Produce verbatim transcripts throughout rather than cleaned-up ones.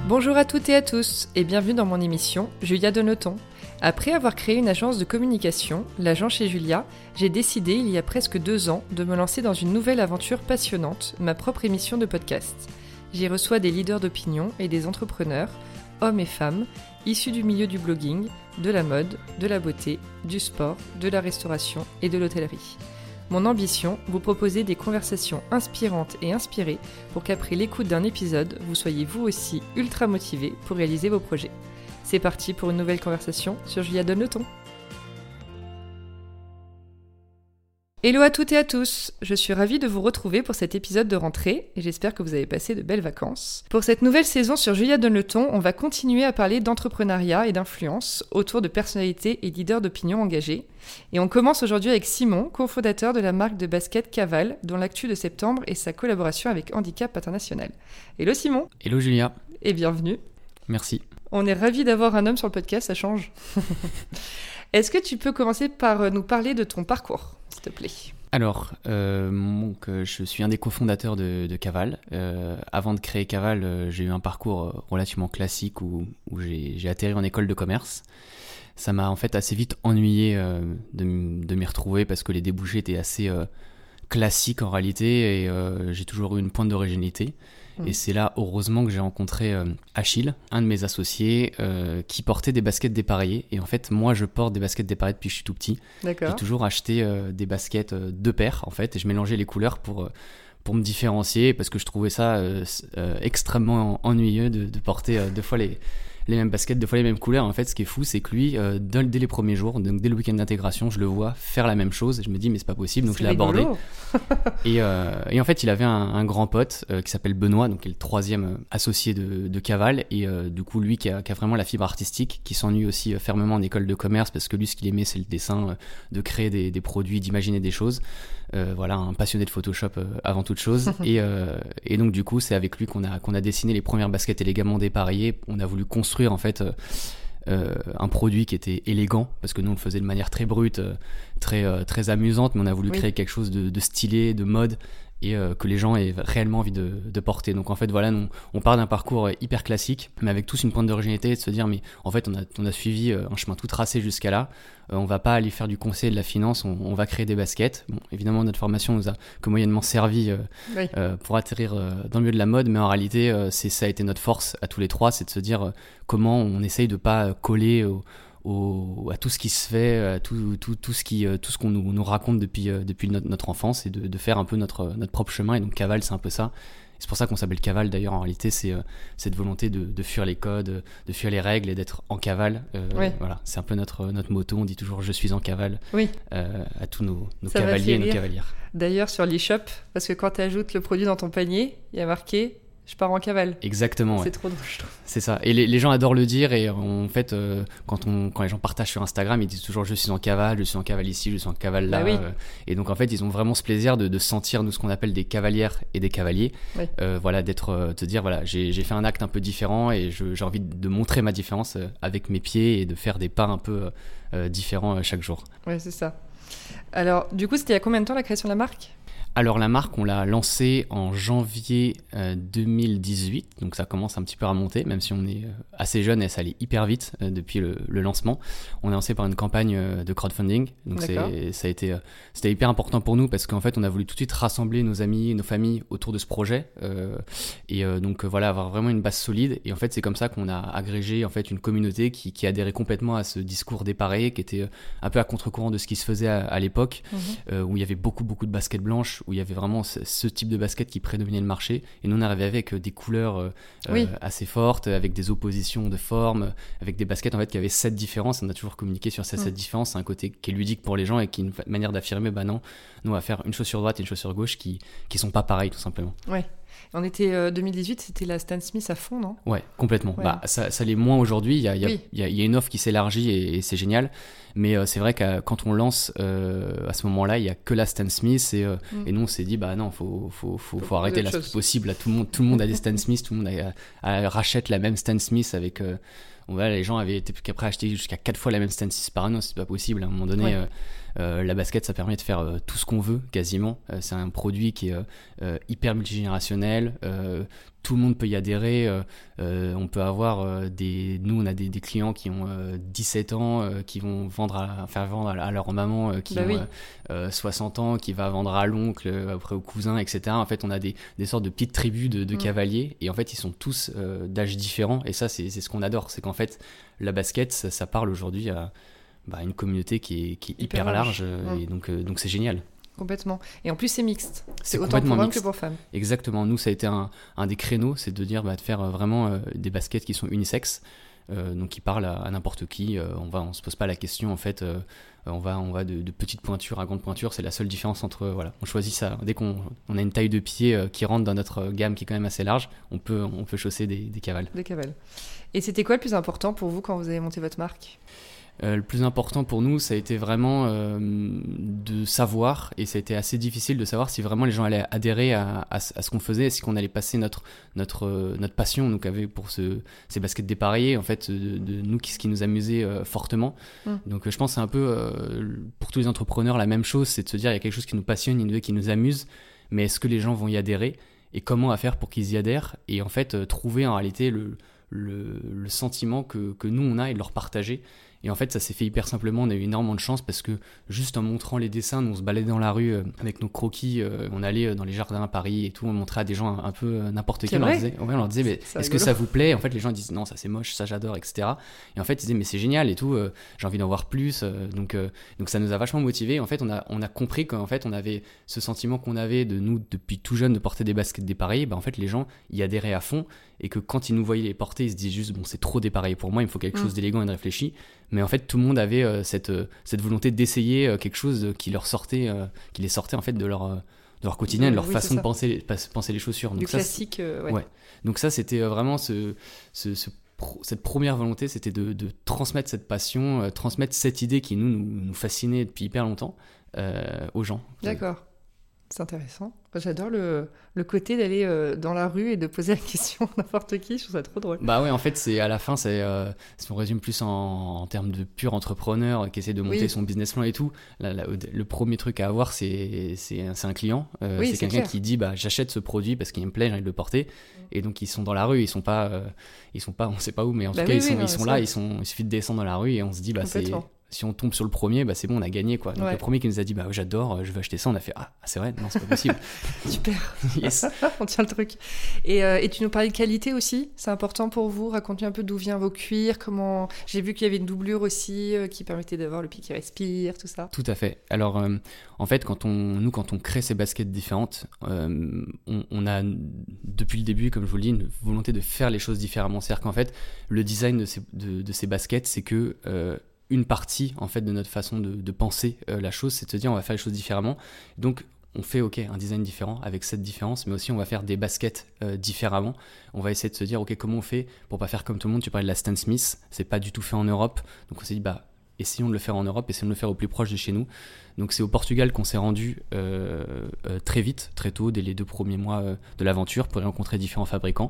Bonjour à toutes et à tous et bienvenue dans mon émission Julia Donoton. Après avoir créé une agence de communication, l'agent chez Julia, j'ai décidé il y a presque deux ans de me lancer dans une nouvelle aventure passionnante, ma propre émission de podcast. J'y reçois des leaders d'opinion et des entrepreneurs, hommes et femmes, issus du milieu du blogging, de la mode, de la beauté, du sport, de la restauration et de l'hôtellerie. Mon ambition, vous proposer des conversations inspirantes et inspirées pour qu'après l'écoute d'un épisode, vous soyez vous aussi ultra motivés pour réaliser vos projets. C'est parti pour une nouvelle conversation sur Julia Donne le ton. Hello à toutes et à tous, je suis ravie de vous retrouver pour cet épisode de rentrée et j'espère que vous avez passé de belles vacances. Pour cette nouvelle saison sur Julia Donne le ton, on va continuer à parler d'entrepreneuriat et d'influence autour de personnalités et leaders d'opinion engagés. Et on commence aujourd'hui avec Simon, cofondateur de la marque de basket Caval, dont l'actu de septembre est sa collaboration avec Handicap International. Hello Simon. Hello Julia. Et bienvenue. Merci. On est ravis d'avoir un homme sur le podcast, ça change. Est-ce que tu peux commencer par nous parler de ton parcours ? S'il te plaît. Alors, euh, donc, euh, je suis un des cofondateurs de, de Caval. Euh, avant de créer Caval, euh, j'ai eu un parcours relativement classique où, où j'ai, j'ai atterri en école de commerce. Ça m'a en fait assez vite ennuyé euh, de, de m'y retrouver parce que les débouchés étaient assez euh, classiques en réalité et euh, j'ai toujours eu une pointe d'originalité. Mmh. Et c'est là, heureusement, que j'ai rencontré euh, Achille, un de mes associés, euh, qui portait des baskets dépareillées. Et en fait, moi, je porte des baskets dépareillées depuis que je suis tout petit. D'accord. J'ai toujours acheté euh, des baskets euh, deux paires, en fait, et je mélangeais les couleurs pour, euh, pour me différencier, parce que je trouvais ça euh, euh, extrêmement ennuyeux de, de porter euh, deux fois les... les mêmes baskets, deux fois les mêmes couleurs. En fait, ce qui est fou, c'est que lui, euh, dès, dès les premiers jours, donc dès le week-end d'intégration, je le vois faire la même chose. Et je me dis, mais c'est pas possible. Donc c'est je l'ai rigolo. abordé. et, euh, et en fait, il avait un, un grand pote euh, qui s'appelle Benoît, donc qui est le troisième euh, associé de, de Caval. Et euh, du coup, lui qui a, qui a vraiment la fibre artistique, qui s'ennuie aussi euh, fermement en école de commerce, parce que lui, ce qu'il aimait, c'est le dessin, euh, de créer des, des produits, d'imaginer des choses. Euh, voilà, un passionné de Photoshop euh, avant toute chose. et, euh, et donc, du coup, c'est avec lui qu'on a, qu'on a dessiné les premières baskets élégamment dépareillées. On a voulu construire, en fait, euh, euh, un produit qui était élégant, parce que nous, on le faisait de manière très brute, euh, très, euh, très amusante, mais on a voulu oui. créer quelque chose de, de stylé, de mode, et euh, que les gens aient réellement envie de, de porter. Donc en fait voilà, nous, on part d'un parcours hyper classique, mais avec tous une pointe d'originalité, et de se dire mais en fait on a, on a suivi un chemin tout tracé jusqu'à là, euh, on va pas aller faire du conseil et de la finance, on, on va créer des baskets. Bon, évidemment notre formation nous a que moyennement servi euh, oui. euh, pour atterrir euh, dans le milieu de la mode, mais en réalité euh, c'est, ça a été notre force à tous les trois, c'est de se dire euh, comment on essaye de pas coller au Au, à tout ce qui se fait, à tout, tout, tout ce, qui, tout ce qu'on nous, nous raconte depuis, depuis notre, notre enfance et de, de faire un peu notre, notre propre chemin. Et donc Caval, c'est un peu ça. Et c'est pour ça qu'on s'appelle Caval d'ailleurs. En réalité, c'est cette volonté de, de fuir les codes, de fuir les règles et d'être en cavale. Euh, oui. Voilà, c'est un peu notre, notre motto. On dit toujours « je suis en cavale oui. » euh, à tous nos, nos cavaliers et nos cavalières. D'ailleurs, sur l'e-shop, parce que quand tu ajoutes le produit dans ton panier, il y a marqué « je pars en cavale ». Exactement. C'est ouais. trop drôle, je trouve. C'est ça. Et les, les gens adorent le dire. Et en fait, euh, quand, on, quand les gens partagent sur Instagram, ils disent toujours « je suis en cavale, je suis en cavale ici, je suis en cavale là bah oui. ». Et donc, en fait, ils ont vraiment ce plaisir de, de sentir, nous, ce qu'on appelle des cavalières et des cavaliers. Oui. Euh, voilà, d'être, euh, de dire, voilà, j'ai, j'ai fait un acte un peu différent et je, j'ai envie de montrer ma différence euh, avec mes pieds et de faire des pas un peu euh, différents euh, chaque jour. Ouais, c'est ça. Alors, du coup, c'était il y a combien de temps la création de la marque ? Alors la marque, on l'a lancée en janvier euh, deux mille dix-huit, donc ça commence un petit peu à remonter, même si on est euh, assez jeune et ça allait hyper vite euh, depuis le, le lancement. On est lancé par une campagne euh, de crowdfunding, donc c'est, ça a été, euh, c'était hyper important pour nous parce qu'en fait on a voulu tout de suite rassembler nos amis, nos familles autour de ce projet euh, et euh, donc euh, voilà, avoir vraiment une base solide. Et en fait c'est comme ça qu'on a agrégé en fait une communauté qui, qui adhérait complètement à ce discours dépareillé, qui était euh, un peu à contre-courant de ce qui se faisait à, à l'époque, mmh. euh, où il y avait beaucoup beaucoup de baskets blanches, où il y avait vraiment ce, ce type de basket qui prédominait le marché. Et nous, on arrivait avec des couleurs euh, oui. assez fortes, avec des oppositions de formes, avec des baskets en fait qui avaient sept différences. On a toujours communiqué sur ces mmh. sept différences. C'est un côté qui est ludique pour les gens et qui est une manière d'affirmer, bah non, nous, on va faire une chaussure droite et une chaussure gauche qui qui sont pas pareilles, tout simplement. Ouais. On était euh, deux mille dix-huit, c'était la Stan Smith à fond, non ? Ouais, complètement. Ouais. Bah, ça, ça l'est moins aujourd'hui. Il y a, il y a, oui. il y a, il y a une offre qui s'élargit et, et c'est génial. Mais euh, c'est vrai que quand on lance euh, à ce moment-là, il y a que la Stan Smith et, euh, mm. et nous on s'est dit bah non, faut faut faut, faut, faut arrêter là, c'est plus possible. Là, tout le monde tout le monde a des Stan Smith, tout le monde a, a, rachète la même Stan Smith avec. Euh, voilà, les gens avaient été prêts à acheter jusqu'à quatre fois la même Stan Smith par an. C'est pas possible. À un moment donné. Ouais. Euh, Euh, la basket, ça permet de faire euh, tout ce qu'on veut, quasiment. Euh, c'est un produit qui est euh, hyper multigénérationnel. Euh, tout le monde peut y adhérer. Euh, euh, on peut avoir euh, des... Nous, on a des, des clients qui ont euh, dix-sept ans, euh, qui vont vendre à, faire vendre à leur maman, euh, qui bah ont oui. euh, soixante ans, qui va vendre à l'oncle, après au cousin, et cetera. En fait, on a des, des sortes de petites tribus de, de mmh. cavaliers, et en fait, ils sont tous euh, d'âges différents, et ça, c'est, c'est ce qu'on adore. C'est qu'en fait, la basket, ça, ça parle aujourd'hui à bah, une communauté qui est, qui est hyper, hyper large, large mmh. et donc, euh, donc c'est génial. Complètement. Et en plus, c'est mixte. C'est, c'est autant pour hommes que pour femmes. Exactement. Nous, ça a été un, un des créneaux, c'est de dire, bah, de faire vraiment euh, des baskets qui sont unisexes, euh, donc qui parlent à, à n'importe qui. Euh, on va, on se pose pas la question, en fait. Euh, on va, on va de, de petites pointures à grandes pointures. C'est la seule différence entre, euh, voilà, on choisit ça. Dès qu'on on a une taille de pied euh, qui rentre dans notre gamme, qui est quand même assez large, on peut, on peut chausser des, des cavales. Des cavales. Et c'était quoi le plus important pour vous quand vous avez monté votre marque ? Euh, le plus important pour nous, ça a été vraiment euh, de savoir, et ça a été assez difficile de savoir si vraiment les gens allaient adhérer à, à, à ce qu'on faisait, si qu'on allait passer notre, notre, euh, notre passion donc, avait pour ce, ces baskets dépareillées, en fait, de, de nous, ce qui nous amusait euh, fortement. Mmh. Donc euh, je pense que c'est un peu, euh, pour tous les entrepreneurs, la même chose, c'est de se dire, il y a quelque chose qui nous passionne, il y a qui nous amuse, mais est-ce que les gens vont y adhérer ? Et comment à faire pour qu'ils y adhèrent ? Et en fait, euh, trouver en réalité le, le, le sentiment que, que nous, on a et de leur partager. Et en fait, ça s'est fait hyper simplement. On a eu énormément de chance parce que juste en montrant les dessins, nous, on se baladait dans la rue euh, avec nos croquis. Euh, on allait dans les jardins à Paris et tout. On montrait à des gens un, un peu euh, n'importe qui. On leur disait, ouais, on leur disait mais est-ce rigolo. Que ça vous plaît ? En fait, les gens disent non, ça c'est moche, ça j'adore, et cetera. Et en fait, ils disaient mais c'est génial et tout. Euh, j'ai envie d'en voir plus. Euh, donc, euh, donc ça nous a vachement motivés. En fait, on a, on a compris qu'en fait, on avait ce sentiment qu'on avait de nous depuis tout jeune de porter des baskets dépareillées. Bah, en fait, les gens y adhéraient à fond. Et que quand ils nous voyaient les porter, ils se disaient juste bon, c'est trop dépareillé pour moi, il me faut quelque mmh. chose d'élégant et de réfléchi. Mais en fait, tout le monde avait euh, cette, euh, cette volonté d'essayer euh, quelque chose qui leur sortait, euh, qui les sortait en fait de leur, euh, de leur quotidien, de leur oui, façon de penser, penser les chaussures. Donc du ça, classique, euh, ouais. ouais. Donc ça, c'était euh, vraiment ce, ce, ce pro, cette première volonté, c'était de, de transmettre cette passion, euh, transmettre cette idée qui nous, nous, nous fascinait depuis hyper longtemps euh, aux gens. D'accord. C'est intéressant. J'adore le, le côté d'aller euh, dans la rue et de poser la question à n'importe qui. Je trouve ça trop drôle. Bah ouais, en fait, c'est, à la fin, c'est, euh, si on résume plus en, en termes de pur entrepreneur qui essaie de monter oui. son business plan et tout, la, la, le premier truc à avoir, c'est, c'est, c'est un client. Euh, oui, c'est, c'est quelqu'un clair. qui dit bah, j'achète ce produit parce qu'il me plaît, j'ai envie de le porter. Mmh. Et donc, ils sont dans la rue, ils sont pas, euh, ils sont pas on sait pas où, mais en bah tout cas, oui, ils sont, oui, non, ils sont là, ils sont, il suffit de descendre dans la rue et on se dit bah, c'est. Si on tombe sur le premier, bah c'est bon, on a gagné quoi. Donc ouais. Le premier qui nous a dit bah j'adore, je veux acheter ça, on a fait ah c'est vrai, non c'est pas possible. Super. Yes. On tient le truc. Et, euh, et tu nous parlais de qualité aussi, c'est important pour vous. Raconte-nous un peu d'où vient vos cuirs, comment. J'ai vu qu'il y avait une doublure aussi euh, qui permettait d'avoir le pied qui respire, tout ça. Tout à fait. Alors euh, en fait quand on nous quand on crée ces baskets différentes, euh, on, on a depuis le début, comme je vous le dis, une volonté de faire les choses différemment. C'est-à-dire qu'en fait le design de ces de, de ces baskets, c'est que euh, une partie en fait de notre façon de, de penser euh, la chose, c'est de se dire on va faire les choses différemment. Donc on fait ok un design différent avec cette différence, mais aussi on va faire des baskets euh, différemment. On va essayer de se dire ok comment on fait pour pas faire comme tout le monde. Tu parlais de la Stan Smith, c'est pas du tout fait en Europe, donc on s'est dit bah essayons de le faire en Europe, essayons de le faire au plus proche de chez nous. Donc c'est au Portugal qu'on s'est rendu euh, euh, très vite, très tôt, dès les deux premiers mois euh, de l'aventure, pour rencontrer différents fabricants.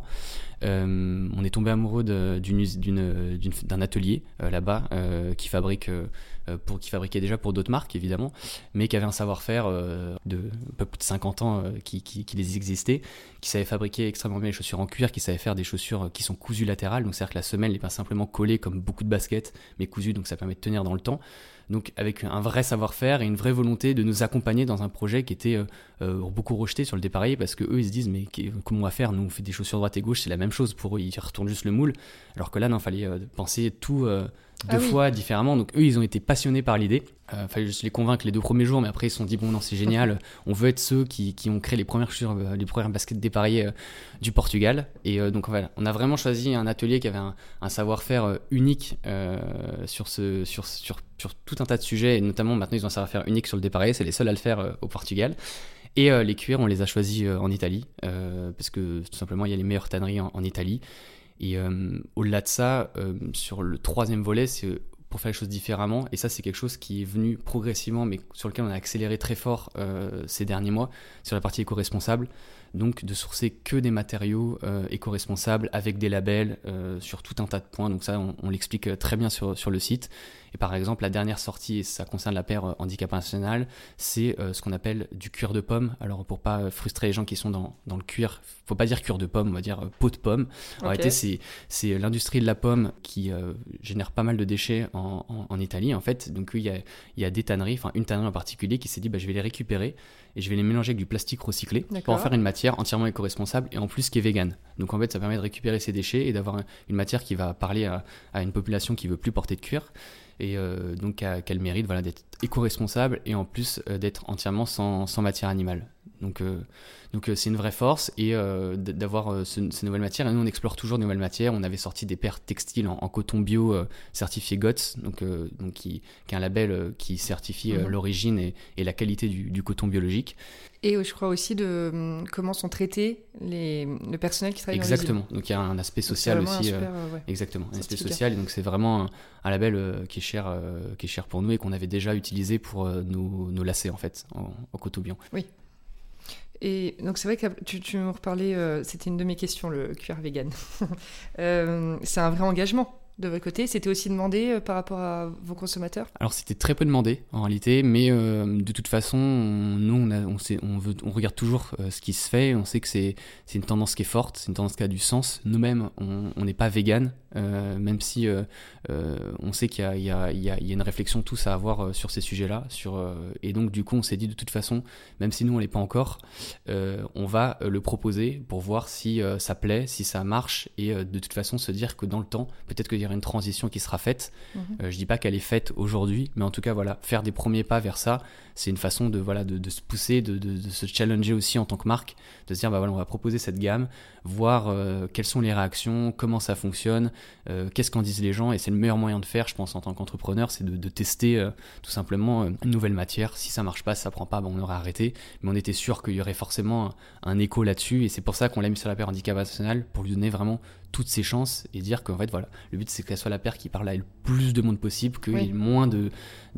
Euh, on est tombé amoureux de, d'une, d'une, d'une, d'un atelier euh, là-bas euh, qui fabrique, euh, pour, qui fabriquait déjà pour d'autres marques évidemment, mais qui avait un savoir-faire euh, de un peu plus de cinquante ans euh, qui, qui, qui les existait, qui savait fabriquer extrêmement bien les chaussures en cuir, qui savait faire des chaussures qui sont cousues latérales, donc c'est-à-dire que la semelle n'est pas simplement collée comme beaucoup de baskets, mais cousue, donc ça permet de tenir dans le temps. Donc avec un vrai savoir-faire et une vraie volonté de nous accompagner dans un projet qui était euh, euh, beaucoup rejeté sur le dépareillé, parce que eux ils se disent mais comment on va faire, nous on fait des chaussures droite et gauche, c'est la même chose pour eux, ils retournent juste le moule, alors que là non, fallait euh, penser tout euh, deux ah oui. fois différemment. Donc eux ils ont été passionnés par l'idée, euh, fallait juste les convaincre les deux premiers jours, mais après ils se sont dit bon non c'est génial, on veut être ceux qui, qui ont créé les premières chaussures, euh, les premières baskets dépareillées euh, du Portugal. Et euh, donc voilà, on a vraiment choisi un atelier qui avait un, un savoir-faire euh, unique euh, sur, ce, sur, sur, sur tout un tas de sujets, et notamment maintenant ils ont un savoir-faire unique sur le dépareillé, c'est les seuls à le faire euh, au Portugal. Et euh, les cuirs on les a choisis euh, en Italie, euh, parce que tout simplement il y a les meilleures tanneries en, en Italie. Et euh, au-delà de ça, euh, sur le troisième volet, c'est pour faire les choses différemment. Et ça, c'est quelque chose qui est venu progressivement, mais sur lequel on a accéléré très fort euh, ces derniers mois, sur la partie éco-responsable. Donc, de sourcer que des matériaux euh, éco-responsables avec des labels euh, sur tout un tas de points. Donc ça, on, on l'explique très bien sur, sur le site. Et par exemple, la dernière sortie, et ça concerne la paire handicap international, c'est euh, ce qu'on appelle du cuir de pomme. Alors pour pas frustrer les gens qui sont dans, dans le cuir, faut pas dire cuir de pomme, on va dire euh, peau de pomme. En Okay. réalité, c'est, c'est l'industrie de la pomme qui euh, génère pas mal de déchets en, en, en Italie, en fait. Donc il y a, il y a des tanneries, enfin une tannerie en particulier qui s'est dit bah, je vais les récupérer et je vais les mélanger avec du plastique recyclé D'accord. pour en faire une matière entièrement éco-responsable et en plus qui est végane. Donc en fait, ça permet de récupérer ces déchets et d'avoir une matière qui va parler à, à une population qui veut plus porter de cuir. Et euh, donc qu'elle qu mérite voilà, d'être éco-responsable et en plus euh, d'être entièrement sans, sans matière animale. Donc, euh, donc euh, c'est une vraie force et euh, d'avoir euh, ce, ces nouvelles matières. Et nous, on explore toujours de nouvelles matières. On avait sorti des paires textiles en, en coton bio euh, certifié G O T S, donc, euh, donc qui, qui est un label euh, qui certifie euh, mmh. l'origine et, et la qualité du, du coton biologique. Et je crois aussi de um, comment sont traités les, le personnel qui travaille exactement. dans l'usine. Donc il y a un aspect social aussi. Un super, euh, ouais, exactement, un aspect social. Et donc c'est vraiment un, un label euh, qui, est cher, euh, qui est cher pour nous et qu'on avait déjà utilisé pour euh, nos, nos lacets en fait, en, en coton bio. Oui. Et donc c'est vrai que tu, tu me reparlais, euh, c'était une de mes questions, le cuir vegan. euh, c'est un vrai engagement de votre côté. C'était aussi demandé euh, par rapport à vos consommateurs? Alors c'était très peu demandé en réalité, mais euh, de toute façon, on, nous on, a, on, sait, on, veut, on regarde toujours euh, ce qui se fait. On sait que c'est, c'est une tendance qui est forte, c'est une tendance qui a du sens. Nous-mêmes, on n'est pas vegan, euh, même si euh, euh, on sait qu'il y a, il y, a, il y, a, il y a une réflexion tous à avoir euh, sur ces sujets-là. Sur, euh, et donc du coup, on s'est dit de toute façon, même si nous on l'est pas encore, euh, on va euh, le proposer pour voir si euh, ça plaît, si ça marche, et euh, de toute façon se dire que dans le temps, peut-être qu'il y aura une transition qui sera faite. Mmh. Euh, je dis pas qu'elle est faite aujourd'hui, mais en tout cas voilà, faire des premiers pas vers ça, c'est une façon de voilà de, de se pousser, de, de, de se challenger aussi en tant que marque, de se dire bah voilà, on va proposer cette gamme, voir euh, quelles sont les réactions, comment ça fonctionne, euh, qu'est-ce qu'en disent les gens, et c'est le meilleur moyen de faire, je pense, en tant qu'entrepreneur, c'est de, de tester euh, tout simplement euh, une nouvelle matière. Si ça marche pas, si ça prend pas, bah, on aurait arrêté, mais on était sûr qu'il y aurait forcément un, un écho là-dessus, et c'est pour ça qu'on l'a mis sur la paire handicap national, pour lui donner vraiment toutes ses chances et dire qu'en fait voilà, le but c'est qu'elle soit la paire qui parle à le plus de monde possible, qu'il y ait le moins de,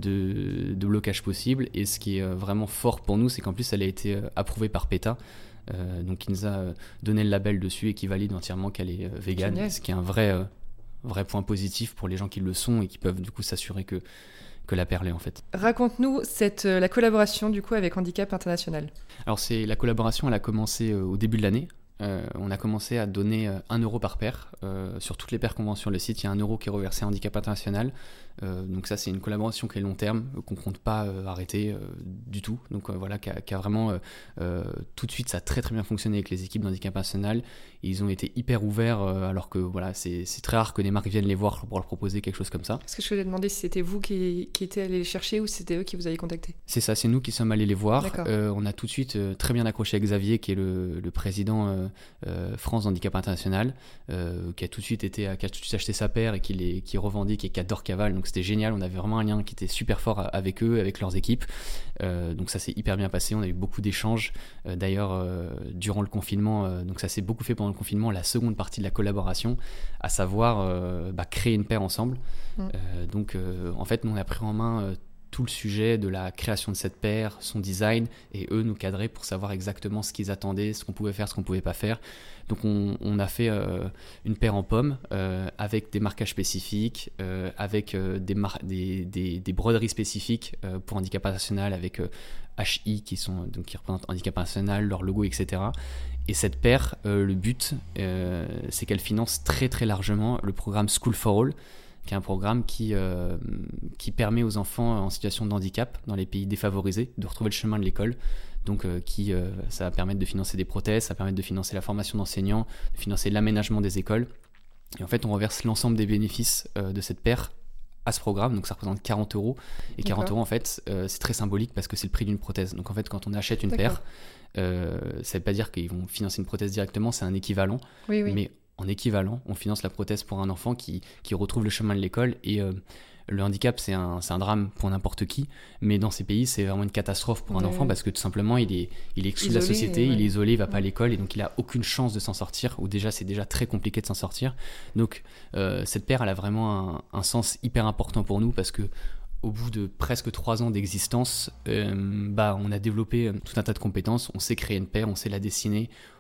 de, de blocage possible. Et ce qui est vraiment fort pour nous, c'est qu'en plus elle a été approuvée par PETA, euh, donc qui nous a donné le label dessus et qui valide entièrement qu'elle est euh, végane. Génial. Ce qui est un vrai, euh, vrai point positif pour les gens qui le sont et qui peuvent du coup s'assurer que, que la paire l'est en fait. Raconte-nous cette, euh, la collaboration du coup avec Handicap International. Alors c'est, la collaboration elle a commencé euh, au début de l'année. Euh, on a commencé à donner euh, un euro par paire. Euh, sur toutes les paires qu'on vend sur le site, il y a un euro qui est reversé à Handicap International. Euh, donc ça, c'est une collaboration qui est long terme, euh, qu'on ne compte pas euh, arrêter euh, du tout. Donc euh, voilà, qui a, qui a vraiment euh, euh, tout de suite, ça a très très bien fonctionné avec les équipes d'Handicap International. Ils ont été hyper ouverts, euh, alors que voilà, c'est, c'est très rare que des marques viennent les voir pour leur proposer quelque chose comme ça. Est-ce que je voulais demander si c'était vous qui, qui étiez allé les chercher ou si c'était eux qui vous avaient contacté? C'est ça, c'est nous qui sommes allés les voir. Euh, on a tout de suite euh, très bien accroché avec Xavier, qui est le, le président euh, euh, France Handicap International, euh, qui a tout de suite été, qui a tout de suite acheté sa paire et qui, les, qui revendique et qui adore Caval. Donc c'était génial. On avait vraiment un lien qui était super fort avec eux, avec leurs équipes. Euh, donc ça s'est hyper bien passé. On a eu beaucoup d'échanges. Euh, d'ailleurs, euh, durant le confinement, euh, donc ça s'est beaucoup fait pendant le confinement. La seconde partie de la collaboration, à savoir euh, bah, créer une paire ensemble. Mmh. Euh, donc euh, en fait, nous on a pris en main euh, tout le sujet de la création de cette paire, son design, et eux nous cadraient pour savoir exactement ce qu'ils attendaient, ce qu'on pouvait faire, ce qu'on pouvait pas faire. Donc on, on a fait euh, une paire en pomme euh, avec des marquages spécifiques, euh, avec euh, des, mar- des, des, des broderies spécifiques euh, pour Handicap International, avec euh, H I qui, sont, donc, qui représentent Handicap International, leur logo, et cetera. Et cette paire, euh, le but, euh, c'est qu'elle finance très très largement le programme School for All, qui est un programme qui, euh, qui permet aux enfants en situation de handicap dans les pays défavorisés de retrouver le chemin de l'école. Donc euh, qui, euh, ça va permettre de financer des prothèses, ça va permettre de financer la formation d'enseignants, de financer l'aménagement des écoles. Et en fait, on reverse l'ensemble des bénéfices euh, de cette paire à ce programme, donc ça représente quarante euros. Et quarante D'accord. euros, en fait, euh, c'est très symbolique parce que c'est le prix d'une prothèse. Donc en fait, quand on achète une D'accord. paire, euh, ça ne veut pas dire qu'ils vont financer une prothèse directement, c'est un équivalent. Oui, oui. Mais en équivalent, on finance la prothèse pour un enfant qui, qui retrouve le chemin de l'école. Et euh, le handicap, c'est un, c'est un drame pour n'importe qui, mais dans ces pays, c'est vraiment une catastrophe pour un ouais. enfant parce que tout simplement, il est, il est exclu isolé, de la société, ouais. il est isolé, il ne va pas à l'école et donc il n'a aucune chance de s'en sortir, ou déjà, c'est déjà très compliqué de s'en sortir. Donc, euh, cette paire, elle a vraiment un, un sens hyper important pour nous parce que au bout de presque trois ans d'existence, euh, bah, on a développé tout un tas de compétences, on sait créer une paire, on sait la dessiner,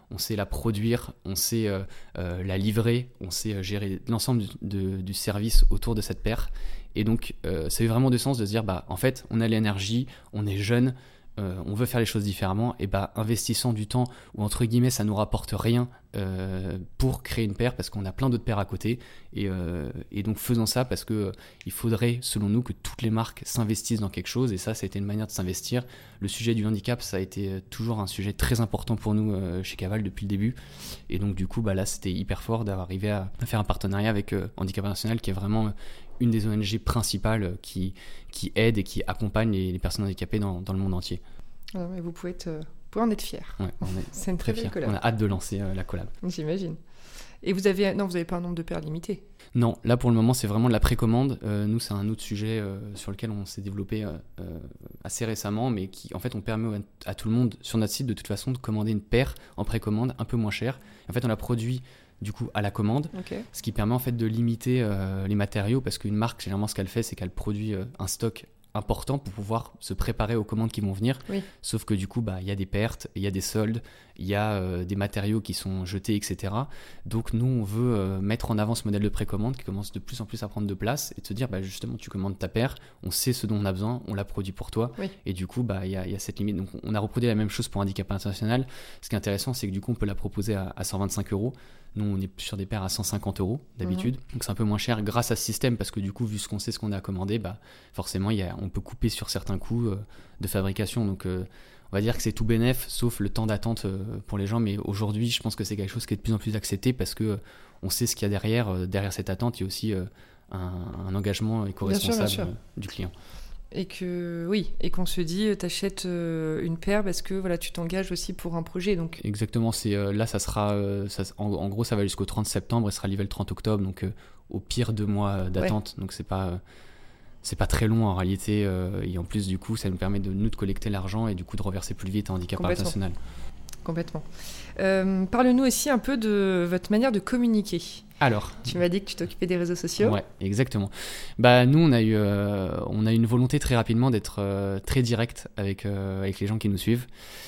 on sait la produire, on sait euh, euh, la livrer, on sait euh, gérer l'ensemble du, de, du service autour de cette paire. Et donc, euh, ça a eu vraiment du sens de se dire, bah, en fait, on a l'énergie, on est jeune, euh, on veut faire les choses différemment, et bah, investissant du temps où, entre guillemets, ça nous rapporte rien euh, pour créer une paire, parce qu'on a plein d'autres paires à côté, et, euh, et donc faisons ça parce que euh, il faudrait, selon nous, que toutes les marques s'investissent dans quelque chose, et ça, ça a été une manière de s'investir. Le sujet du handicap, ça a été toujours un sujet très important pour nous euh, chez Caval depuis le début, et donc du coup, bah, là, c'était hyper fort d'arriver à, à faire un partenariat avec euh, Handicap International, qui est vraiment... Euh, une des O N G principales qui, qui aide et qui accompagne les, les personnes handicapées dans, dans le monde entier. Ah, mais vous pouvez, être, vous pouvez en être fiers. Ouais, on est c'est une très, très belle collab. On a hâte de lancer euh, la collab. J'imagine. Et vous avez, non, vous n'avez pas un nombre de paires limité? Non, là pour le moment c'est vraiment de la précommande. Euh, nous c'est un autre sujet euh, sur lequel on s'est développé euh, euh, assez récemment, mais qui en fait on permet à, à tout le monde sur notre site de toute façon de commander une paire en précommande un peu moins chère. En fait on la produit du coup à la commande, okay. Ce qui permet en fait de limiter euh, les matériaux, parce qu'une marque généralement ce qu'elle fait c'est qu'elle produit euh, un stock important pour pouvoir se préparer aux commandes qui vont venir, oui. Sauf que du coup bah, y a des pertes, il y a des soldes, il y a euh, des matériaux qui sont jetés, et cetera. Donc nous on veut euh, mettre en avant ce modèle de précommande qui commence de plus en plus à prendre de place, et de se dire bah, justement tu commandes ta paire, on sait ce dont on a besoin, on la produit pour toi, oui. Et du coup bah, y a, y a cette limite. Donc on a reproduit la même chose pour Handicap International. Ce qui est intéressant c'est que du coup on peut la proposer à, à cent vingt-cinq euros. Nous, on est sur des paires à cent cinquante euros d'habitude, mmh. Donc c'est un peu moins cher grâce à ce système, parce que du coup, vu ce qu'on sait, ce qu'on a commandé, bah, forcément, y a, on peut couper sur certains coûts euh, de fabrication. Donc, euh, on va dire que c'est tout bénef, sauf le temps d'attente euh, pour les gens. Mais aujourd'hui, je pense que c'est quelque chose qui est de plus en plus accepté, parce que euh, on sait ce qu'il y a derrière. Euh, derrière cette attente, il y a aussi euh, un, un engagement éco-responsable euh, du client. Et que oui, et qu'on se dit, t'achètes euh, une paire parce que voilà, tu t'engages aussi pour un projet. Donc exactement. C'est euh, là, ça sera, euh, ça, en, en gros, ça va jusqu'au trente septembre et sera livré le trente octobre. Donc euh, au pire deux mois d'attente. Ouais. Donc c'est pas, euh, c'est pas très long en réalité. Euh, et en plus du coup, ça nous permet de nous de collecter l'argent et du coup de reverser plus vite à Handicap International. Complètement. Euh, parle-nous aussi un peu de votre manière de communiquer. Alors, tu m'as dit que tu t'occupais des réseaux sociaux. Ouais, exactement. Bah nous, on a eu, euh, on a eu une volonté très rapidement d'être euh, très direct avec euh, avec les gens qui nous suivent,